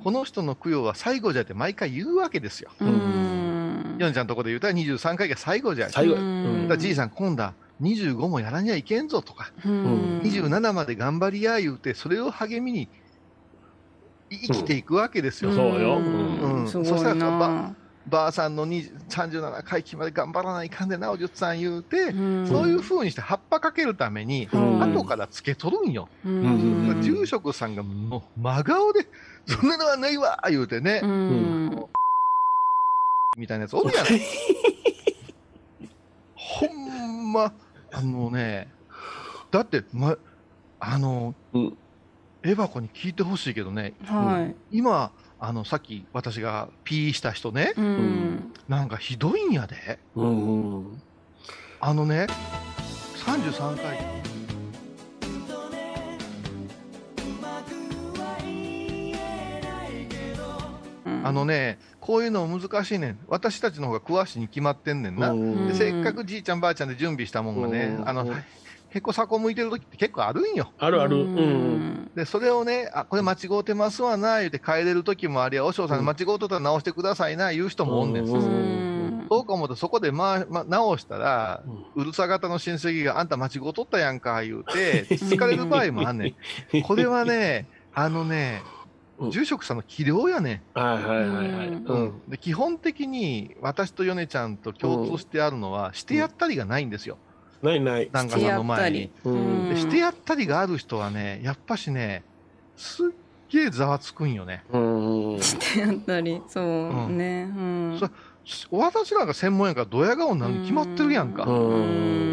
この人の供養は最後じゃって毎回言うわけですよ。ヨネちゃんのところで言うたらにじゅうさんかいが最後じゃ。 最後。 だからじいさん今度はにじゅうごもやらにはいけんぞとか、にじゅうななまで頑張りや言うて、それを励みに生きていくわけですよ。 うん、そうよ。 うん。そしたらば、ばあさんのさんじゅうななかいきまで頑張らないかんでなおじゅっさん言うて、うん、そういう風にして葉っぱかけるために、うん、後からつけとるんよ。うん、住職さんがもう真顔で、そんなのはないわ言うてね、うん、みたいなやつおるやん。ほんま、あのね、だって、ま、あの、うんエバコに聞いてほしいけどね、はい、今あのさっき私がピーした人ね、うん、なんかひどいんやで、うんうん、あのねさんじゅうさんかいあのねこういうの難しいねん。私たちの方が詳しいに決まってんねんな、うん、でせっかくじいちゃんばあちゃんで準備したもんがね、うん、あのへこさこ向いてる時って結構あるんよ。 あるある。うん。 で、それをね、あ、これ間違うてますわな、言うて変えれる時もありゃ、おしょうさん間違うとったら直してくださいな、言う人もおんねん。そうか思うと、そこでまあ、まあ、直したら、うるさ型の親戚があんた間違うとったやんか、言うて、疲れる場合もあんねん。これはね、あのね、住職さんの器量やねん。 はいはいはいはい。 うん。で、基本的に私と米ちゃんと共通してあるのは、してやったりがないんですよ。 ないない。 檀家さんの前に。でしてやったりがある人はね、やっぱしね、すっげえざわつくんよね。 してやったり、そう、うん、ね。うん、 私なんか専門やからドヤ顔になるに決まってるやんか。うん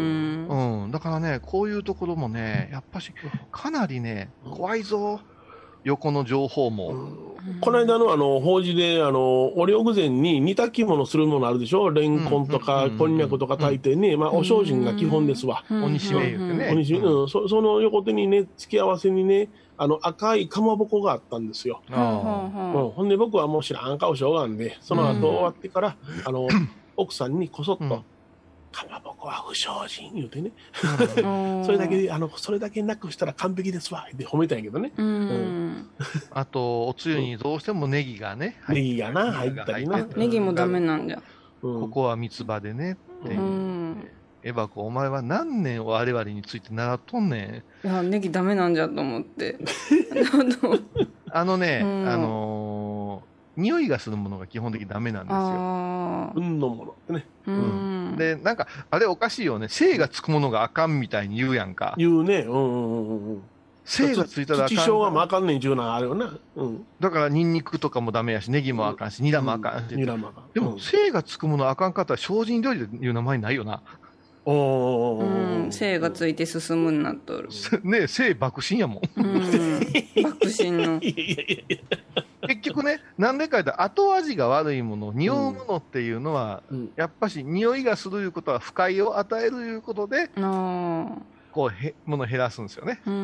うん、だからね、こういうところもね、やっぱし、かなりね、怖いぞ、横の情報も。うん、 この間のあの法事で、あのお料具前に煮炊き物するものあるでしょ、レンコンとかこんにゃくとか炊いてね、まあ、お精進が基本ですわ。 鬼しめ言うてね。 鬼しめ、うん、そ, その横手にね、付け合わせにね、あの赤いかまぼこがあったんですよ。あ、うん、ほんで僕はもう知らん顔しょうがんで、その後終わってから、あの奥さんにこそっと、うん、かまぼこは不精進言うてね、それだけあのそれだけなくしたら完璧ですわって褒めたんやけどね。うんうん、 あとおつゆにどうしてもネギがね、 ネギがな入ったりな、 ネギもダメなんじゃ。 ここは三つ葉でねって、うん、エバコお前は何年我々について習っとんねん。いやネギダメなんじゃと思ってあのね、うん、あのー、匂いがするものが基本的にダメなんですよ。 運のものってね。 うん、でなんかあれおかしいよね、精がつくものがあかんみたいに言うやんか。 言うね。うんうんうん。 精がついたらあかん。 土生姜もあかんねんちゅうのはあるよな。うん。 だからニンニクとかもダメやし、ネギもあかんし、ニラもあかんし。 ニラもあかん。 でも精がつくものあかんかったら精進料理でいう名前ないよな。 おー、うん、精がついて進むんなっとる。 ねえ、精爆心やもん。うん、 爆心の。 結局ね、なんでか言ったら後味が悪いもの、匂うものっていうのは、うん、やっぱし匂いがするいうことは不快を与えるいうことで、うん、こうへもの減らすんですよね。うん、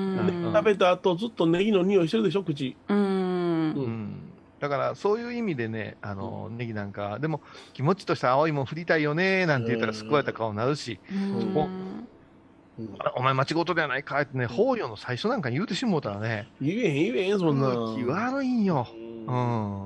食べた後ずっとネギの匂いしてるでしょ、口。うん、 うんだからそういう意味でね、あのネギなんかでも気持ちとして青いもん振りたいよねなんて言ったら救われた顔になるし、もう、うん、お前間違うとではないかってね、法要の最初なんかに言うてしもうたらね、 言えへん言えへんそんな気悪いんよ。うん。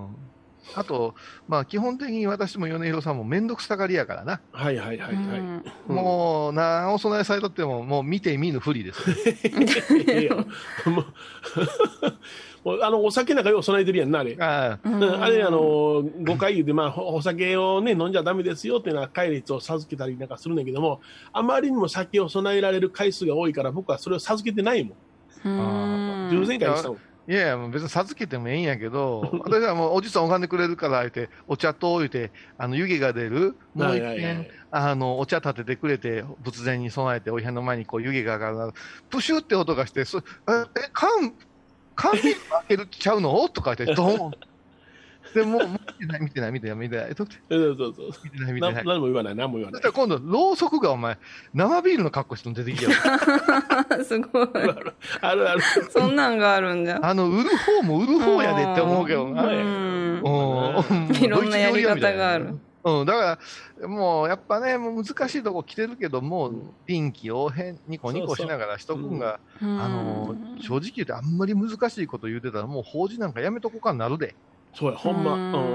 あとまあ基本的に私も米広さんも面倒くさがりやからな。 はいはいはいはい。 うん、もう何お供えされとってももう見て見ぬふりです。 いやもうあのお酒なんかよう備えてるやんなあれ。あ, あれあのごかい言うて、まあ、お酒をね飲んじゃダメですよっていうのは戒律を授けたりなんかするんだけども、あまりにも酒を備えられる回数が多いから僕はそれを授けてないもん。従前回したもん。 いやいや別に授けてもええんやけど私はもうおじさん拝んでくれるから言ってお茶と言ってあの湯気が出るもう一遍あのお茶立ててくれて仏前に備えてお部屋の前にこう湯気が上がるプシュって音がしてそえ缶缶ビール開けるちゃうのとか言ってドーンでもう見てない見てない見てない見てないそうそうそう見てない見てない何も言わない何も言わない。そしたら今度ろうそくがお前生ビールの格好して出てきやるすごいあるあるそんなんがあるんじゃ。 あの売る方も売る方やでって思うけどな。 いろんなやり方がある。 うん、だからもうやっぱねもう難しいとこ来てるけども、うん、臨機応変ニコニコしながらしとくんが、うん、あの正直言ってあんまり難しいこと言うてたらもう法事なんかやめとこうかになるで。 そうやほんま、うんうん、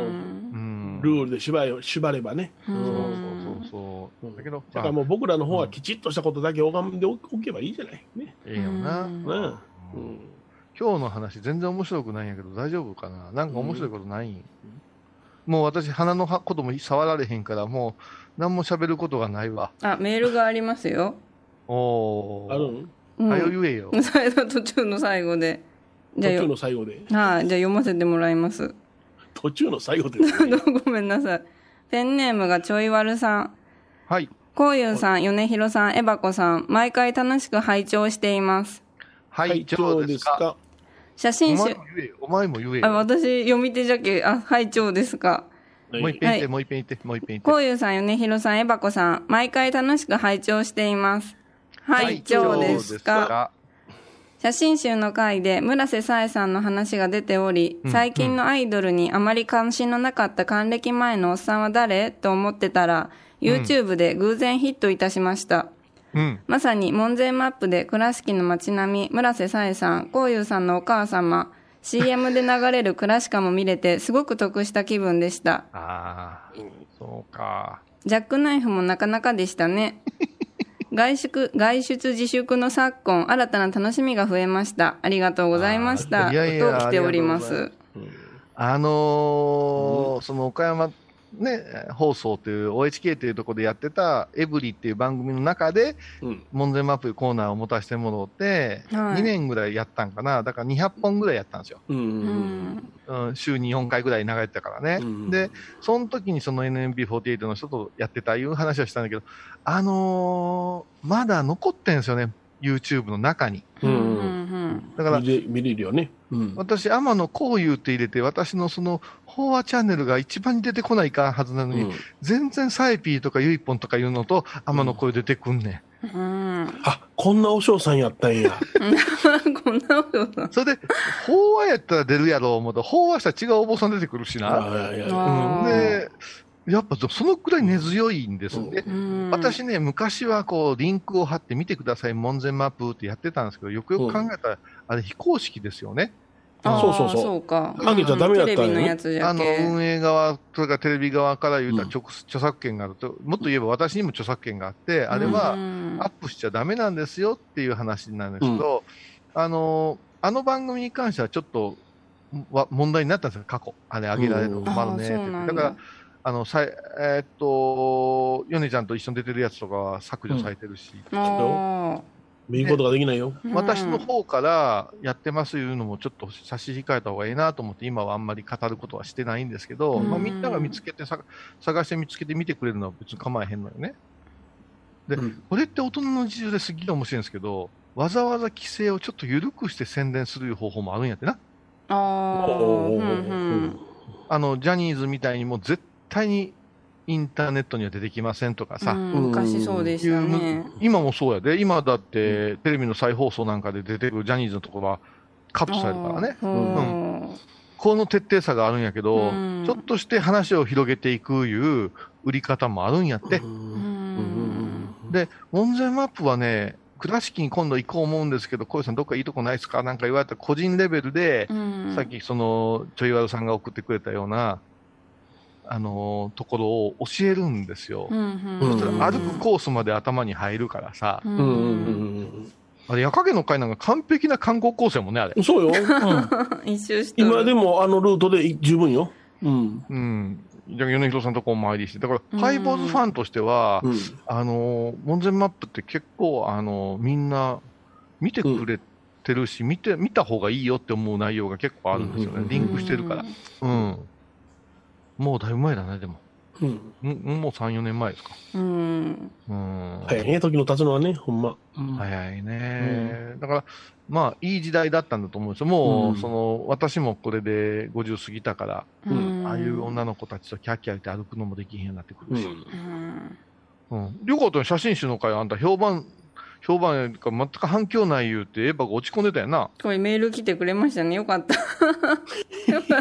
ルールで縛れ縛ればね。 そうそうそうそう、うん、だけどだからもう僕らの方はきちっとしたことだけ拝んでおけばいいじゃないね。 ええよな、うんうん、今日の話全然面白くないんやけど大丈夫かな。なんか面白いことないん、うんもう私鼻のことも触られへんからもう何も喋ることがないわ。 あメールがありますよ。 おあるんはよ言えよ。 途中の最後でじゃ途中の最後ではい、じゃあ読ませてもらいます。 途中の最後でごめんなさい。ペンネームがちょいわるさん。 はいこうゆうさん米広さんエバコさん毎回楽しく拝聴しています。 拝聴ですか。 写真集お前も言えよ。 あ私読み手じゃけあ拝聴ですか。 もう一遍言って、はい、もう一遍言ってもう一遍言って。 こうゆうさん米広さんエバコさん毎回楽しく拝聴しています。拝聴ですか。写真集の回で村瀬紗恵さんの話が出ており、最近のアイドルにあまり関心のなかった還暦前のおっさんは誰と思ってたら、うん、YouTube で偶然ヒットいたしました。うん、まさに門前マップで倉敷の街並み、村瀬紗恵さん、こうゆうさんのお母様、シーエム で流れるクラシカも見れてすごく得した気分でした。 ああ、そうか。 ジャックナイフもなかなかでしたね。外出、外出自粛の昨今、新たな楽しみが増えました。ありがとうございました。いやいやと来ております。 あのーうん、その岡山ね、放送という オーエイチケー というところでやってたエブリっていう番組の中で、 うん、 門前マップいうコーナーを持たせてもらって、はい、にねんぐらいやったんかな。だからにひゃっぽんぐらいやったんですよ。うんうん、週によんかいぐらい流れてたからね。うん、で、その時にその エヌエムビーフォーティーエイト の人とやってたいう話をしたんだけど、あのー、まだ残ってんですよね。YouTube の中に。うん、だから見れ、見れるよね。うん、 私、天野幸雄って入れて、私のその、飽和チャンネルが一番に出てこないかはずなのに、うん、全然サイピーとかユイポンとかいうのと、天野幸雄出てくんねん。 うん、あ、こんなお嬢さんやったんや。 こんなお嬢さん。 それで、飽和やったら出るやろう思うと、飽和したら違うお坊さん出てくるしな。あいやいやうん、で、やっぱそのくらい根強いんですね。うん、私ね、昔はこう、リンクを貼って見てください、門前マップってやってたんですけど、よくよく考えたら、あれ非公式ですよね。 あそうそうそう。 そうか。 あげちゃダメだったんよ、ね。 テレビのやつじゃあの、運営側、それからテレビ側から言うたら、うん、著作権があると、もっと言えば私にも著作権があって、あれはアップしちゃダメなんですよっていう話なんですけど、うん、あの、あの番組に関してはちょっと、わ問題になったんですよ、過去。あれ、あげられるの困るねって。だから、あの、さえー、っと、ヨネちゃんと一緒に出てるやつとかは削除されてるし。 うん、見ることができないよ。 私の方からやってますいうのもちょっと差し控えた方がいいなと思って、今はあんまり語ることはしてないんですけど、まあ、みんなが見つけてさ、探して見つけて見てくれるのは別に構えへんのよね。で、うん、これって大人の事情ですげえ面白いんですけど、わざわざ規制をちょっと緩くして宣伝する方法もあるんやってな。 ああ、 あの、ジャニーズみたいにもう絶対絶対にインターネットには出てきませんとかさ、うん、 昔そうでしたね。 今もそうやで、今だって、うん、テレビの再放送なんかで出てくるジャニーズのところはカットされるからね、うんうん、この徹底さがあるんやけど、うん、ちょっとして話を広げていくいう売り方もあるんやって、うん、で門前マップはね、倉敷に今度行こう思うんですけど、小遊さんどっかいいとこないですかなんか言われたら個人レベルで、うん、さっきそのちょいわるさんが送ってくれたようなあのー、ところを教えるんですよ。うんうんうん、そしたら歩くコースまで頭に入るからさ。うんうんうん、あれ、夜影の会なんか完璧な観光コースやもんね、あれ。 そうよ。うん、 一周して今でもあのルートで十分よ。うん。 うん。じゃあ、米広さんとこお参りして。だから、ハイボーズファンとしては、うん、あのー、門前マップって結構、あのー、みんな見てくれてるし、うん、見て、見た方がいいよって思う内容が結構あるんですよね。リンクしてるから。うん。もうだいぶ前だね、でも。うん。もうさん、よねんまえですか。うん。 うん。早いね、時の経つのはね、ほんま。 うん、早いね、うん。だから、まあ、いい時代だったんだと思うんですよ。もう、うん、その、私もこれでごじゅう過ぎたから、うん、ああいう女の子たちとキャッキャ言って歩くのもできへんようになってくるし。うん。うん。りょうかとの写真集の会、あんた評判、評判が全く反響ない言うて、エヴァが落ち込んでたよな。 これメール来てくれましたね。よかった。よかった。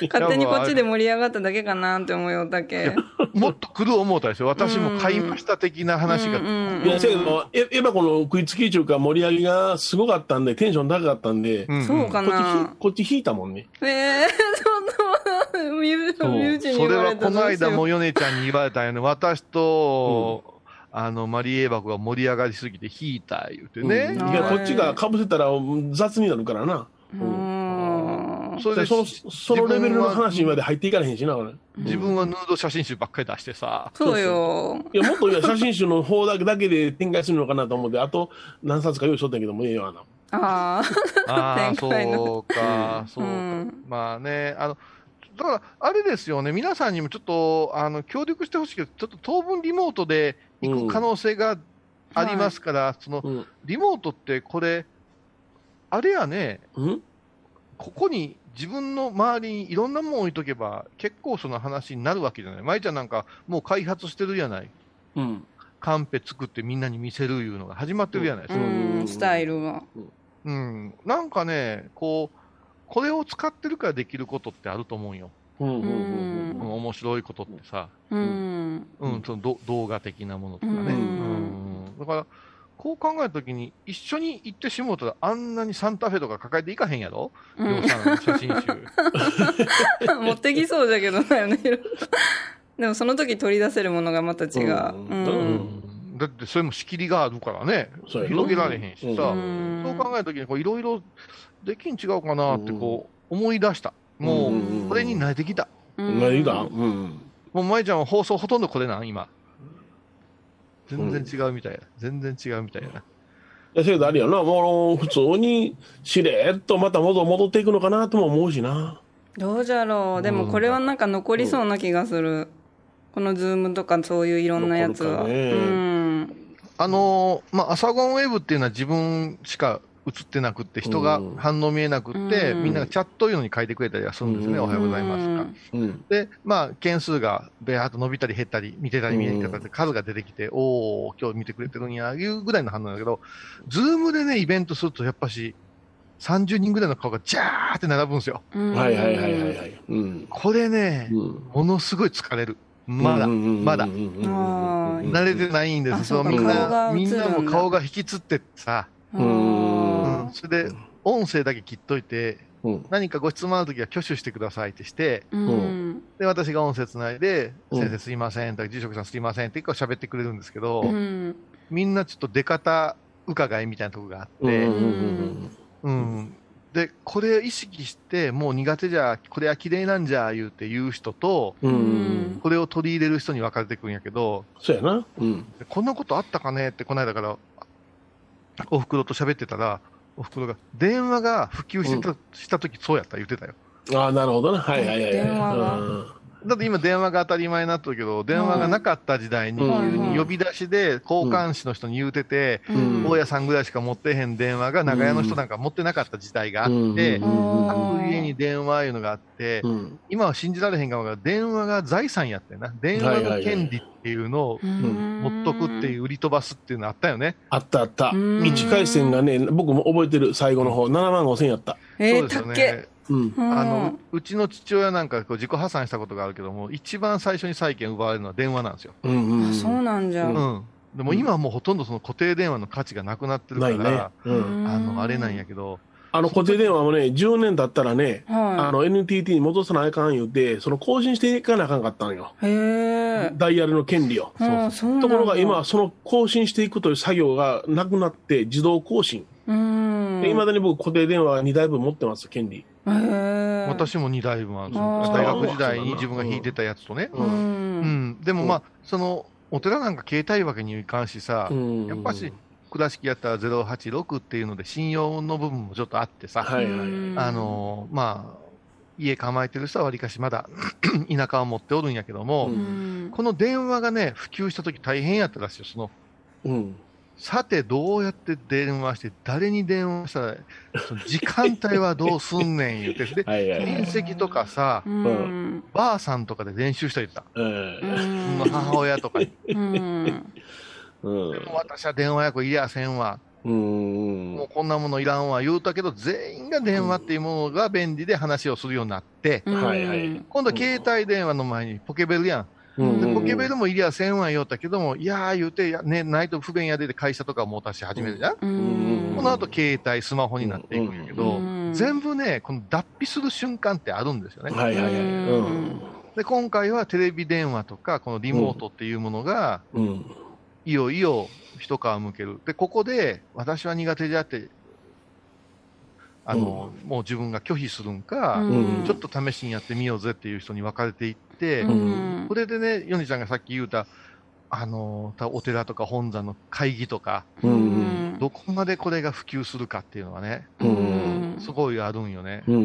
勝手にこっちで盛り上がっただけかなって思うよだけ。 もっと来る思うたでしょ。私も買いました的な話が。 いや、せやけど、エヴァこの食いつき中か盛り上げがすごかったんで、テンション高かったんで。 うん、そうかな。 こっち引いたもんね。 ええー、そんな、身内に言われた。 それはこの間もヨネちゃんに言われたよね。私と、うんあの、マリエバコが盛り上がりすぎて引いた言うてね。 うん、いや、こっちが被せたら雑になるからな。うん。それでその、そのレベルの話にまで入っていかれへんしな、俺。 自分はヌード写真集ばっかり出してさ。 そうよ。 いや、もっといや、写真集の方だけだけで展開するのかなと思って、あと何冊か用意しとったけどもええよ、あの。 ああ。 ああ、そうか、そうか。うん、まあね、あの、だから、あれですよね、皆さんにもちょっと、あの、協力してほしいけど、ちょっと当分リモートで行く可能性がありますから、うんはい、その、うん、リモートってこれ、あれやね、うん、ここに自分の周りにいろんなもん置いとけば、結構その話になるわけじゃない。舞ちゃんなんか、もう開発してるじゃない。うん。カンペ作ってみんなに見せるいうのが始まってるじゃないですか。 うん、スタイルが。 うん。なんかね、こう、これを使ってるからできることってあると思うよ。うんうんうんうん、面白いことってさ、うん、うん、その動画的なものとかね。うん、うん、だから、こう考えたときに、一緒に行ってしもうたら、あんなにサンタフェとか抱えていかへんやろ、りょうさんの写真集。 持ってきそうだけどだよね。でもその時取り出せるものがまた違う。うんうん、だってそれも仕切りがあるからね、広げられへんしさ、うん、そう考えたときに、いろいろできん違うかなってこう思い出した。もう、これに慣れてきた。ううん何だうん。 もう舞ちゃんは放送ほとんどこれなん今。全然違うみたいや。全然違うみたいやな。 いや、それであれやな、もう普通にしれっとまた戻戻っていくのかなとも思うしな。 どうじゃろう。でもこれはなんか残りそうな気がする。このズームとかそういういろんなやつは。 ね、 うん。 あのー、まあ、アサゴンウェブっていうのは自分しか映ってなくって、人が反応見えなくって、うん、みんながチャットいうのに書いてくれたりはするんですね、うん、おはようございますとか。うん、で、まあ、件数がべーっと伸びたり減ったり、見てたり見えなかったり、数が出てきて、うん、おー、今日見てくれてるんや、いうぐらいの反応だけど、ズームでね、イベントするとやっぱし、さんじゅうにんぐらいの顔がジャーって並ぶんですよ。 はいはいはいはいはい。 これね、うん、ものすごい疲れる。まだ、まだ。慣れてないんです。そうみんな、みんなも顔が引きつってさ、うん、それで、音声だけ切っといて、うん、何かご質問あるときは挙手してくださいってして、うん、で、私が音声つないで、うん、先生すいませんとか、住職さんすいませんって結構喋ってくれるんですけど、うん、みんなちょっと出方伺いみたいなところがあって、うんうん、で、これを意識して、もう苦手じゃ、これは綺麗なんじゃ、言うて言う人と、うん、これを取り入れる人に分かれてくるんやけど、 そうやな。うん、 こんなことあったかねって、この間から、おふくろと喋ってたら、おふくろが、電話が普及した、うん、した時そうやった言ってたよ。 ああ、なるほどね。はいはいはい。 電話が。 だって今電話が当たり前になってるけど、電話がなかった時代に急に呼び出しで交換士の人に言うてて、大家さんぐらいしか持ってへん電話が長屋の人なんか持ってなかった時代があって、各家に電話いうのがあって、今は信じられへんかもが、電話が財産やってな。電話の権利っていうのを持っとくっていう、売り飛ばすっていうのあったよね。 あったあった。いち回線がね、僕も覚えてる最後の方、ななまんごせんやった。 えー、たっけ。 うん、あのうちの父親なんかこう自己破産したことがあるけども、一番最初に債権奪われるのは電話なんですよ。 うんうん、あ、そうなんじゃ。 うん、でも今はもうほとんどその固定電話の価値がなくなってるから、ねうん、あのあれなんやけど、 あの固定電話もね、じゅうねん経ったらね、はい、あの エヌティーティー に戻さないかん言うて、その更新していかなあかんかったんよ。 へダイヤルの権利を。 そうそうところが今はその更新していくという作業がなくなって自動更新。いまだに僕固定電話にだいぶん持ってます、権利。 私もにだいぶんあるんですよ。大学時代に自分が引いてたやつとね。うん。うん、でもまあ、その、お寺なんか携帯わけにいかんしさ、やっぱし、倉敷やったらゼロはちろくっていうので信用の部分もちょっとあってさ、はいはいはい、あの、まあ、家構えてる人はわりかしまだ田舎を持っておるんやけども、この電話がね、普及した時大変やったらしいよ、その、うんさて、どうやって電話して、誰に電話したら、その時間帯はどうすんねん言うて、で、はいはいはい、親戚とかさ、うん、ばあさんとかで練習したりた。うん、母親とかに。うん、でも私は電話やこいりゃせんわ。うん、もうこんなものいらんわ言うたけど、全員が電話っていうものが便利で話をするようになって、うん、今度は携帯電話の前にポケベルやん。でポケベルもいりゃせんわ言うたけども、いやー言うて、やね、ないと不便やでで会社とかもう出し始めるじゃん、うん、この後携帯、スマホになっていくんやけど、全部ね、この脱皮する瞬間ってあるんですよね。はいはいはい。うん、で、今回はテレビ電話とか、このリモートっていうものが、うん、いよいよ一皮むける。で、ここで、私は苦手じゃって、あの、うん、もう自分が拒否するんか、うん、ちょっと試しにやってみようぜっていう人に分かれていって、うん、これでね、ヨネちゃんがさっき言うた、あの、お寺とか本山の会議とか、うん、どこまでこれが普及するかっていうのはね、うん、すごいあるんよね。うん、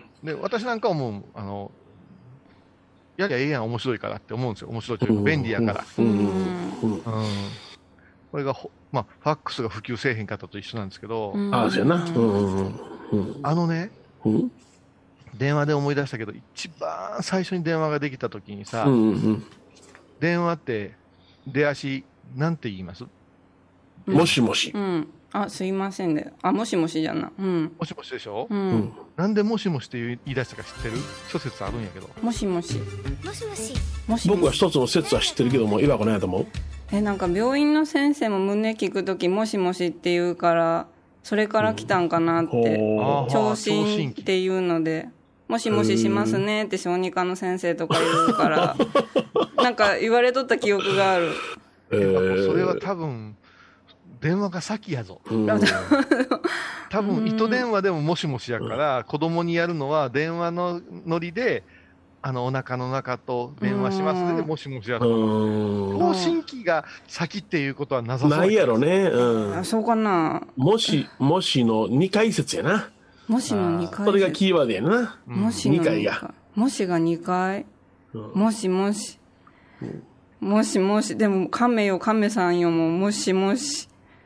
で、私なんかはもう、あの、やりゃええやん、面白いからって思うんですよ。面白いというか、便利やから。うんうんこれがほ、まあ、ファックスが普及せえへんかったと一緒なんですけど、 うん、ああ、そうやな。うんうん、 あのね、うん、電話で思い出したけど、一番最初に電話ができたときにさ、うんうん、電話って出足、なんて言います？ もしもし。 うん。あ、すいませんね。あ、もしもしじゃな。うん。 もしもしでしょ？うん。なんでもしもしって言い出したか知ってる？諸説あるんやけど。 もしもし。もしもし。もし僕は一つの説は知ってるけども、今はこないやと思う？ え、なんか病院の先生も胸聞くときもしもしって言うから、それから来たんかなって。うん、聴診っていうので、もしもししますねって小児科の先生とか言うから、なんか言われとった記憶がある。 えー、それは多分、電話が先やぞ。多分糸電話でももしもしやから、子供にやるのは電話のノリで、 あの、お腹の中と電話しますね、もしもしやうとか。 ん。 聴診器が先っていうことはなさそうないやろね。 あ、 うん。 そうかな。 もし、もしのにかい説やな。 もしのにかい。 それがキーワードやな。 もしのにかいが。 もしがにかい。 うんもしもし。もしもし。でも、亀よ、亀さんよ、もう、もしもし。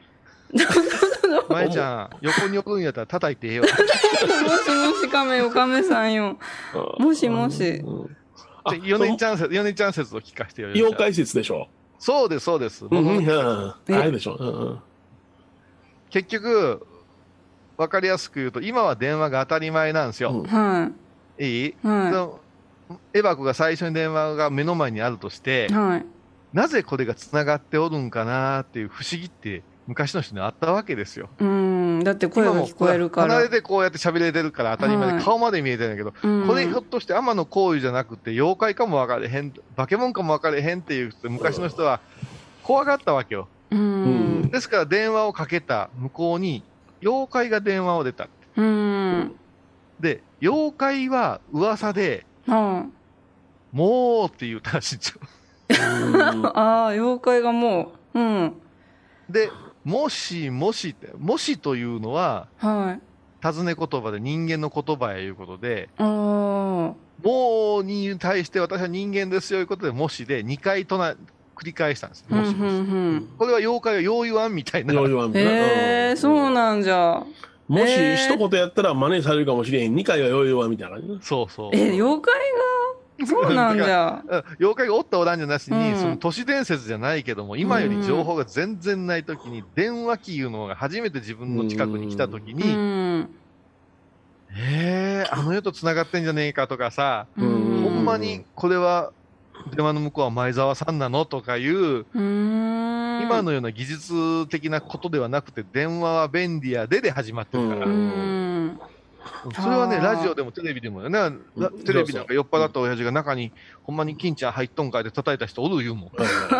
まえちゃん、横に置くんやったら叩いてええよ。 もしもし亀よ、亀さんよ。もしもし。 あヨネちゃん説、ヨネちゃん説を聞かせてよ。 妖怪説でしょ。 そうです、そうです。 うん、うん、 僕あれでしょ。うんうん結局、わかりやすく言うと、今は電話が当たり前なんですよ。 うんはいいはいそのエバコが最初に電話が目の前にあるとして、 い。はい。 なぜこれが繋がっておるんかなっていう不思議って昔の人にあったわけですよ。 うん。だって声が聞こえるから。 離れてこうやって喋れてるから当たり前で、 はい顔まで見えてるんだけど、 うんこれひょっとして天の行為じゃなくて妖怪かも分かれへん、化け物かも分かれへんっていう昔の人は怖がったわけよ。 う。 うんん。 ですから電話をかけた向こうに妖怪が電話を出た。 うん。 で、妖怪は噂で、 はもうって言うたらしいんですよ。 い。ああ、妖怪がもう。うん。 で、もしもしって、もしというのは、 はい。 尋ね言葉で人間の言葉やいうことで、 ああ。 もうに対して私は人間ですよいうことで、もしでにかいとな繰り返したんです。 うん、うん、 もしもし。 うん。 これは妖怪はよう言わんみたいな。 よう言わんみたいなええ、そうなんじゃ。 もしえー一言やったら真似されるかもしれへん。二回はよう言わんみたいな感じな。 そうそう。 え、妖怪がそうなんじゃ。 うん妖怪がおったおらんじゃなしに、 うんその都市伝説じゃないけども、今より情報が全然ないときに、電話機いうのが初めて自分の近くに来たときうに、 ん。 えー、あの世と繋がってんじゃねえかとかさ、 うんほんまにこれは電話の向こうは前澤さんなのとかいう、 うん。 今のような技術的なことではなくて、電話は便利やでで始まってるから、 うん。 それはね、 あーラジオでもテレビでもよね、ラテレビなんか酔っ払った親父が中に、ほんまに金ちゃん入っとんかいで叩いた人おる言うもん。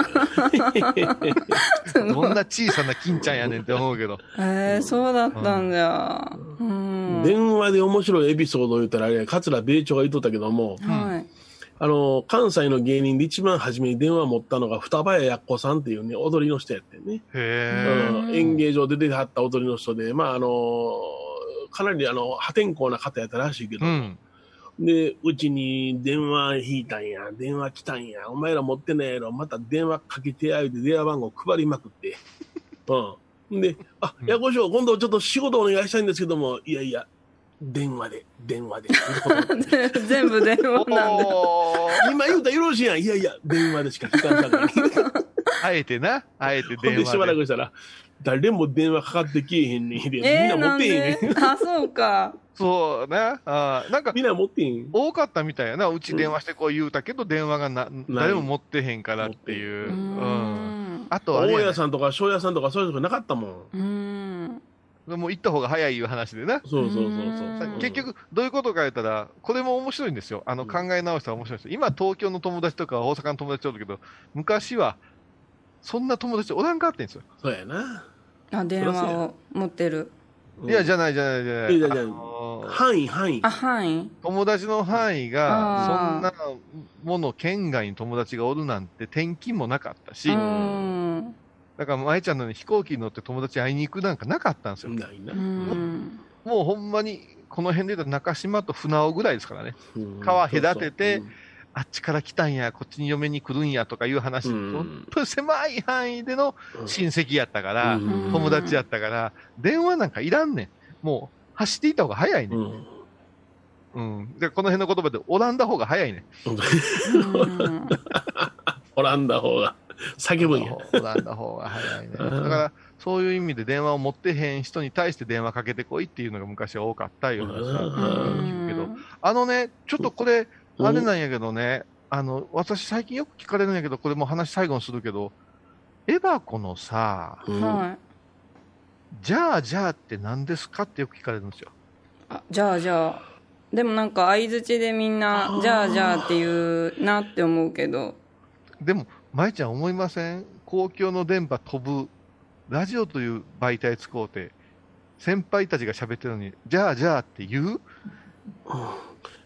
どんな小さな金ちゃんやねんって思うけど。 えー、そうだったんじゃ。うん。 電話で面白いエピソードを言ったらあれ、桂米朝が言っとったけども、 はい。 あの、関西の芸人で一番初めに電話持ったのが双葉屋やっこさんっていうね、踊りの人やってね。 へー。 うん演芸場で出てはった踊りの人で、まああの、かなりあの、破天荒な方やったらしいけど、 うん。 で、うちに電話引いたんや、電話来たんや、お前ら持ってないやろ、また電話かけてや、言うて電話番号配りまくって。うん。で、あ、やこしょう、今度ちょっと仕事お願いしたいんですけども、いやいや、電話で、電話で。 全部電話なんだ。 おー今言うたらよろしいやん。いやいや、電話でしか聞かんさかいに。 あえてな、あえてほんでしばら電話で。 くしたら、誰も電話かかってきえへんねん。でみんえー、 な持なんってへんねん。 であ、そうか。 そうな。あーなんか、 みんな持ってへん。 多かったみたいやな。うち電話してこう言うたけど、電話がな、誰も持ってへんからっていう。 うーうん。 ん。 あとはね、 大家さんとか庄屋さんとかそういうとこなかったもん。 うーん。 もう行った方が早いいう話でな。 そうそうそうそううん結局、どういうことか言ったら、これも面白いんですよ。あの、考え直したら面白いんですよ。今、東京の友達とか大阪の友達おるけど、昔は、そんな友達おらんかってんですよ。 そうやな。 あ、電話を持ってる。 うんいや、じゃない、じゃない、じゃないい。 やじゃああのー範囲、範囲あ、。範囲友達の範囲が、そあーんなもの、県外に友達がおるなんて転勤もなかったし、 うーん。 だから、舞ちゃんのように飛行機に乗って友達会いに行くなんかなかったんですよ。 ないなう。ん。 もうほんまに、この辺で言ったら中島と船尾ぐらいですからね。 うん川隔ててそうそうあっちから来たんや、こっちに嫁に来るんやとかいう話、 うん本当に狭い範囲でのうん親戚やったから、 うん友達やったから、電話なんかいらんねん。もう、走っていった方が早いね。 うんん。 うん。で、この辺の言葉で、オランダ方が早いね。 うんオランダ方が叫ぶんや。 オランダ方が早いね。だから、そういう意味で電話を持ってへん人に対して電話かけてこいっていうのが昔は多かったいう話は聞くけど、あのね、ちょっとこれ、 うんあれなんやけどね、あの、私最近よく聞かれるんやけど、これもう話最後にするけど、エバコのさ、 うんはい。 じゃあじゃあって何ですかってよく聞かれるんですよ。 あ、じゃあじゃあ。でもなんか相づちでみんな、じゃあじゃあって言うなって思うけど。 でも、舞ちゃん思いません？公共の電波飛ぶ、ラジオという媒体使うて、先輩たちが喋ってるのに、じゃあじゃあって言う？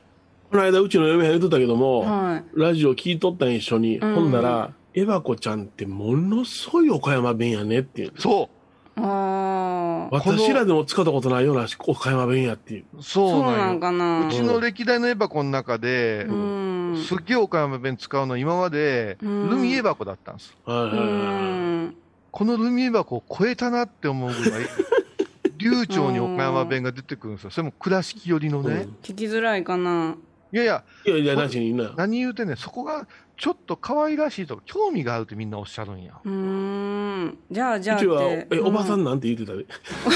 この間うちの嫁はん言ってたけども、 はラジオ聞いとったん一緒に、 うんほんならエバコちゃんってものすごい岡山弁やねっていう。 そうああ。 私らでも使ったことないような岡山弁やっていう。 そうなんよ。 そうなんかなうちの歴代のエバコの中で、 うん。 すっげえ岡山弁使うのは今まで、 うんルミエバコだったんです。 うはいはいはい。 ん。 このルミエバコを超えたなって思うぐらい、流暢に岡山弁が出てくるんですよ。それも倉敷寄りのね。 聞きづらいかな。 いやいや、 いやいや、なしにな。 何言うてね、そこがちょっと可愛らしいとか、興味があるってみんなおっしゃるんや。 うーん。じゃあ、じゃあって。 うちは、え、 うんおばさんなんて言ってたで。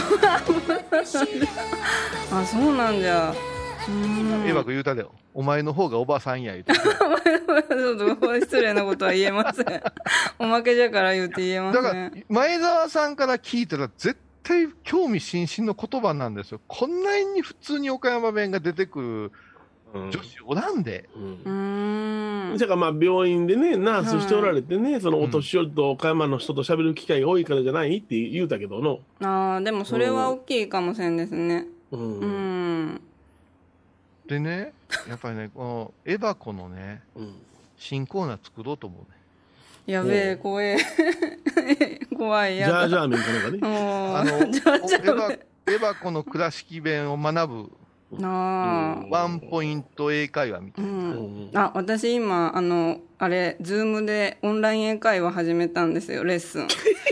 あ、そうなんじゃ。うーん。 エバコ言うたでよ。お前の方がおばさんや言うて。 ちょっと失礼なことは言えません。おまけじゃから言うて言えません。 だから、前澤さんから聞いたら絶対興味津々の言葉なんですよ。こんなに普通に岡山弁が出てくる女子おらんで。 うんうーん。 だからまあ病院でね、ナースしておられてね、そのお年寄りと岡山の人と喋る機会が多いからじゃないって言うたけどの。 ああ、でもそれは大きいかもしれんですね。 うんうーん。 でね、やっぱりね、このエバコのね、 うん新コーナー作ろうと思うね。 やべえ、怖え。怖い、 ジやだ。 ャージャー麺かなんかね。 もう、 あの、 じゃあじゃエバエバコの倉敷弁を学ぶあ、なあ。 ワンポイント英会話みたういな。 ん、あ、私今、あの、あれ、ズームでオンライン英会話始めたんですよ、レッスン。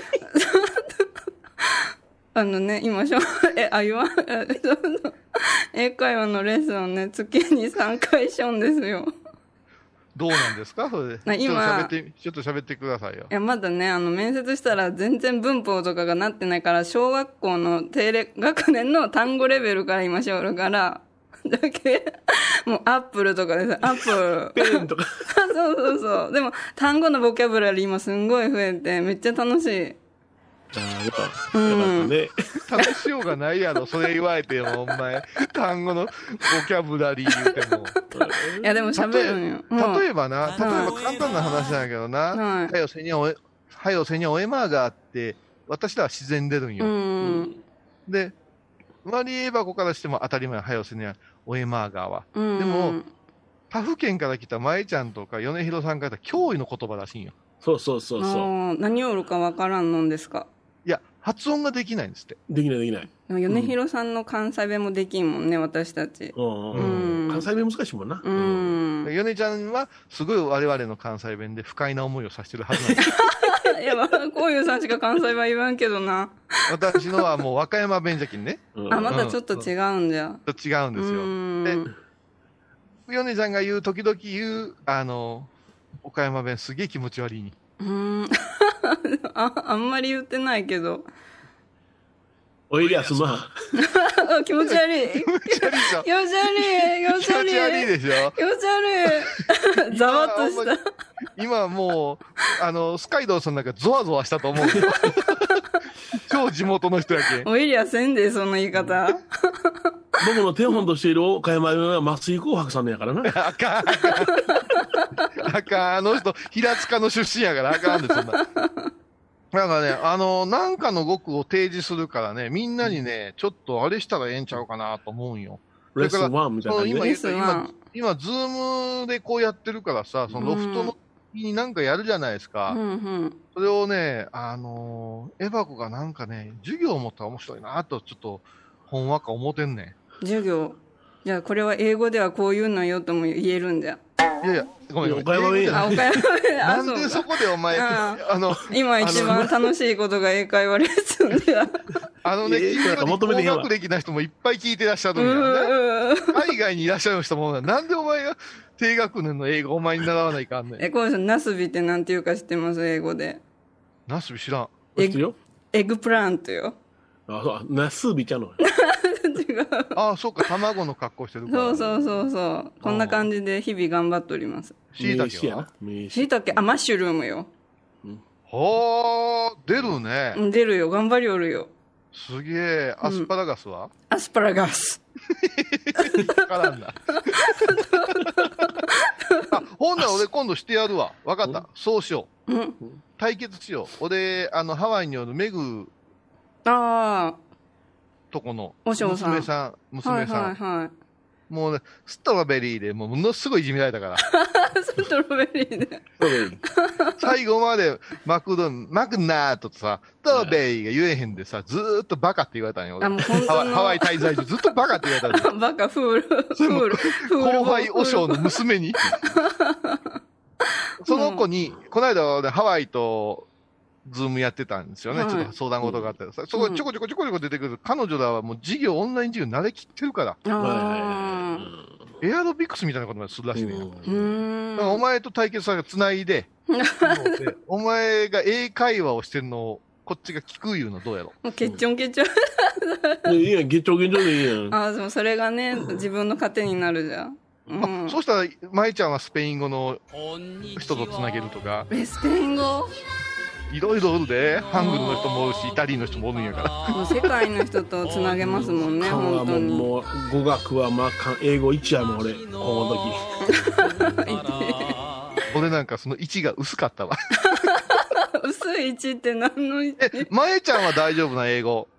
あのね、今、しょ、え、あ、言わん、えそうそう英会話のレッスンをね、月にさんかいしょんですよ。 どうなんですかそれで。 な今ちょっと喋って、ちょっと喋ってくださいよい。や、まだね、あの、面接したら全然文法とかがなってないから、小学校の低レ学年の単語レベルから今しょるから、だけ、もうアップルとかです。アップル。 ペンとか。 そうそうそう。でも、単語のボキャブラリー今すんごい増えて、めっちゃ楽しい。 ああ、よかった。よかったね。 楽しようがないやろ、それ言われても、お前、単語のボキャブラリー言うても。 いや、でも喋るんよ。 例えばな、例えば簡単な話なんやけどな、 はいはよせにゃおえ、はよせにゃおえまーがあって、私らは自然に出るんよ。 うん。 で、マリエバコからしても当たり前、はよせにゃおえまーがは。 うん。 でも、他府県から来た舞ちゃんとか米広さんから来た驚異の言葉らしいんよ。 そうそうそうそう。 あー何をおるかわからんのんですか。 いや、発音ができないんですって。 できないできない。 でも米広さんの関西弁もできんもんね、私たち。 うんうんううんん。関西弁難しいもんな。 う。ん。 米ちゃんは、すごい我々の関西弁で不快な思いをさせてるはずなんです。 いや、こういうさんしか関西は言わんけどな。 私のはもう和歌山弁じゃきんね。 うんあ、またちょっと違うんじゃ。 と違うんですよ。 うんで、米ちゃんが言う、時々言う、あの、岡山弁すげえ気持ち悪いに。 うーん。あ、あんまり言ってないけど。 おいりゃすまん。 あ気持ち悪い。 気持ち悪いでしょ。 気持ち悪い。気持気ち悪い。 持ち悪いでしょ。 気持ち悪い。ざわっとした。 今もう、あの、スカイドーさんなんかゾワゾワしたと思うよ。超地元の人やけん。 おいりゃせんで、そんな言い方。 僕の手本としている岡山弁は松井紅白さんのやからな。 あかん、あかん。あかん、あの人、平塚の出身やからあかんで、そんな。なんかね、あの、なんかの語句を提示するからね、みんなにね、ちょっとあれしたらええんちゃうかなと思うんよ。 レッスンワンみたいな感じでね。 今言った、 レッスンワン今、今、ズームでこうやってるからさ、そのロフトの時になんかやるじゃないですか。 うんうん。 それをね、あのーエバコがなんかね、授業を持ったら面白いなと、ちょっと、ほんわか思ってんね授業。じゃあ、これは英語ではこういうのよとも言えるんじゃ。 ん。いやいや、ごめん、ごめん。 岡山弁やあ、岡山弁。あ、 なんでそうか。 そこでお前、 ああの、 今一番楽しいことが英会話レッスンでは。 あのね、 いやいや君より求めてへんわ高学歴な人もいっぱい聞いてらっしゃるうんやね。 んうん。 海外にいらっしゃる人も、なんでお前が低学年の英語お前に習わないかんねん。 え、こうさん、ナスビってなんていうか知ってます英語で。 ナスビ知らん。 知ってるよ。 エッグプラントよ。 あ、そう、ナスビちゃうの。 違う。 ああ、そうか、卵の格好してるから。 そうそうそうそう。こんな感じで日々頑張っております。 しいたけは名詞やな。名詞。 しいたけ、あ、マッシュルームよ。 はあ、出るね。 うん出るよ。頑張りおるよ。 すげえ。アスパラガスは、 アスパラガス。 わからんな。あ、ほんなら俺今度してやるわ。わかった。そうしよう。 うん。 対決しよう。俺、あの、ハワイにおるメグああ。 とこのお嬢さん娘さん、娘さん。 はいはいはい。 もうね、ストロベリーでもうものすごいいじめられたから。 ストロベリーで。 最後までマクド、マクナートとさ、ストロベリーが言えへんでさ、ずーっとバカって言われたんよ。 あ、もう本当のハワイ、ハワイ滞在中ずっとバカって言われたんよ。 バカ、フール、フール、フール。 後輩和尚の娘に。その子に、この間、ね、ハワイと、ズームやってたんですよね。はい、ちょっと相談事があって、うん、そこちょこちょこちょこちょこ出てくる、うん、彼女らはもう授業、オンライン授業慣れきってるから。あエアロビクスみたいなことまでするらしいね。うん。だからお前と対決さんが繋いで、お前が英会話をしてるのを、こっちが聞くいうのどうやろもうケッチョンケッチョン。いいやん、ケッチョンケッチョンでいいやん。 ああ、でもそれがね、自分の糧になるじゃん。 うん、あそうしたら、舞ちゃんはスペイン語の人と繋げるとか。 え、スペイン語いろいろおるで、ハングルの人もおるし、イタリーの人もおるんやから。 もう世界の人とつなげますもんね、本当に。 もう、語学はまあ、英語いちやもん、俺、この時。 俺なんかそのいちが薄かったわ。 薄いいちって何のいち？ え、まえちゃんは大丈夫な英語？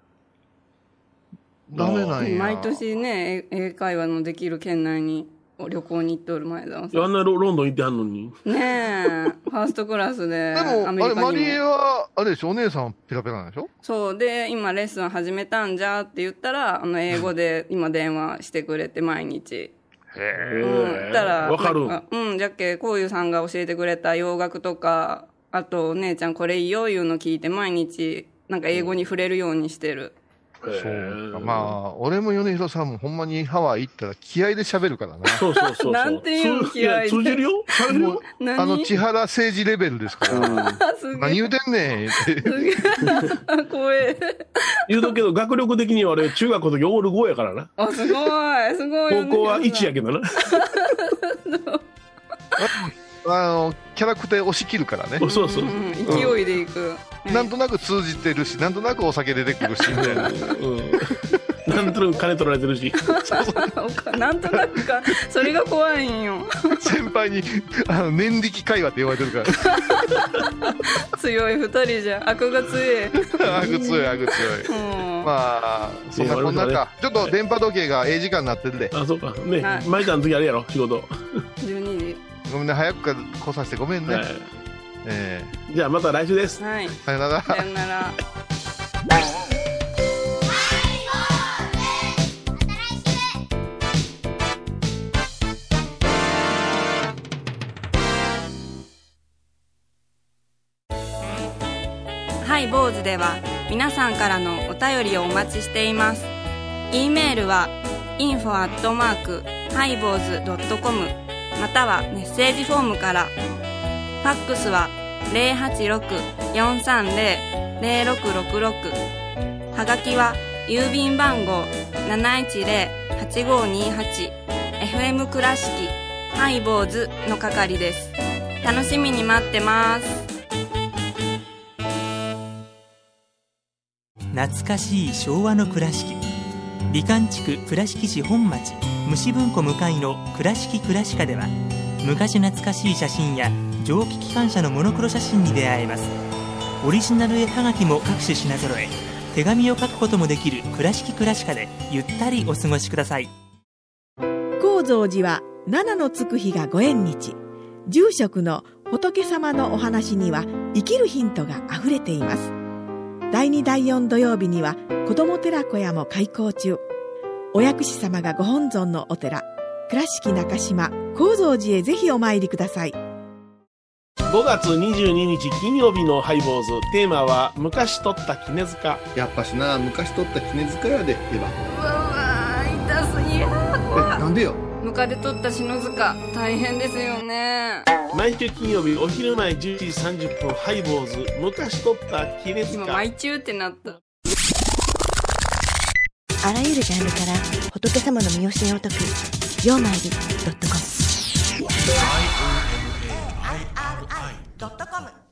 ダメなんや。 毎年ね、英会話のできる県内に。旅行に行っておる前だ。 あんなロンドン行ってはんのに。 ねえ、ファーストクラスで。 でも、あれ、マリエは、あれでしょ、お姉さんペラペラなんでしょ？ そう。で、今レッスン始めたんじゃって言ったら、あの、英語で今電話してくれて、毎日。へえ。 うん。たら、 わかる。 うん、じゃっけ、こういうさんが教えてくれた洋楽とか、あと、お姉ちゃんこれいいよいうの聞いて、毎日、なんか英語に触れるようにしてる。 そうか。まあ、俺も米広さんもほんまにハワイ行ったら気合で喋るからな。 そうそうそう。 なんていう気合で。 通じるよもうあの、千原政治レベルですから。何言うてんねんって。 怖え。 言うとけど、学力的には俺、中学の時オールごやからな。 あ、すごい、すごい。 高校はいちやけどな。 あの、キャラクター押し切るからね。 そうそう。 勢いでいく。 なんとなく通じてるし、なんとなくお酒出てくるし、みたいな。 なんとなく金取られてるし。 なんとなくか、それが怖いんよ。 先輩に、あの、念力会話って言われてるから。 強い二人じゃん。悪が強い。 悪強い、悪強い。まあ、そんなこんなか。ちょっと電波時計がええ時間になってるで。 あ、そうか。ね、舞ちゃんの時あれやろ、仕事。 じゅうにじ。 ごめんね、早くから来させてごめんね。えー、じゃあまた来週です。 はい。 さよなら。 さよなら。ハイボーズでは皆さんからのお便りをお待ちしています。 E メールは インフォ アットマーク ハイボーズ ドットコム またはメッセージフォームから。ファックスは ゼロはちろく よんさんゼロ ゼロろくろくろく はがきは郵便番号 なないちゼロ はちごにはち エフエム 倉敷ハイボーズの係です。楽しみに待ってます。 懐かしい昭和の倉敷、美観地区倉敷市本町虫文庫向かいの倉敷倉歯科では、昔懐かしい写真や蒸気機関車のモノクロ写真に出会えます。オリジナル絵はがきも各種品揃え、手紙を書くこともできる倉敷倉歯科でゆったりお過ごしください。 高蔵寺は七のつく日がご縁日。住職の仏様のお話には生きるヒントがあふれています。だいにだいよん土曜日には子ども寺小屋も開校中。お薬師様がご本尊のお寺、倉敷中島・高蔵寺へぜひお参りください。 ごがつにじゅうににち金曜日のハイボーズ、テーマは昔取った杵塚。 やっぱしな、昔取った杵塚やで。エヴァ、 うわうわ痛すぎや。 え、なんでよ。 ムカで取った篠塚大変ですよね。 毎週金曜日お昼前じゅういちじさんじゅっぷん、ハイボーズ昔取った杵塚。 今毎週ってなった。 あらゆるジャンルから仏様の身教えを解く「曜マイルドットコム」。 アイオーエムエーアイアールアイドットコム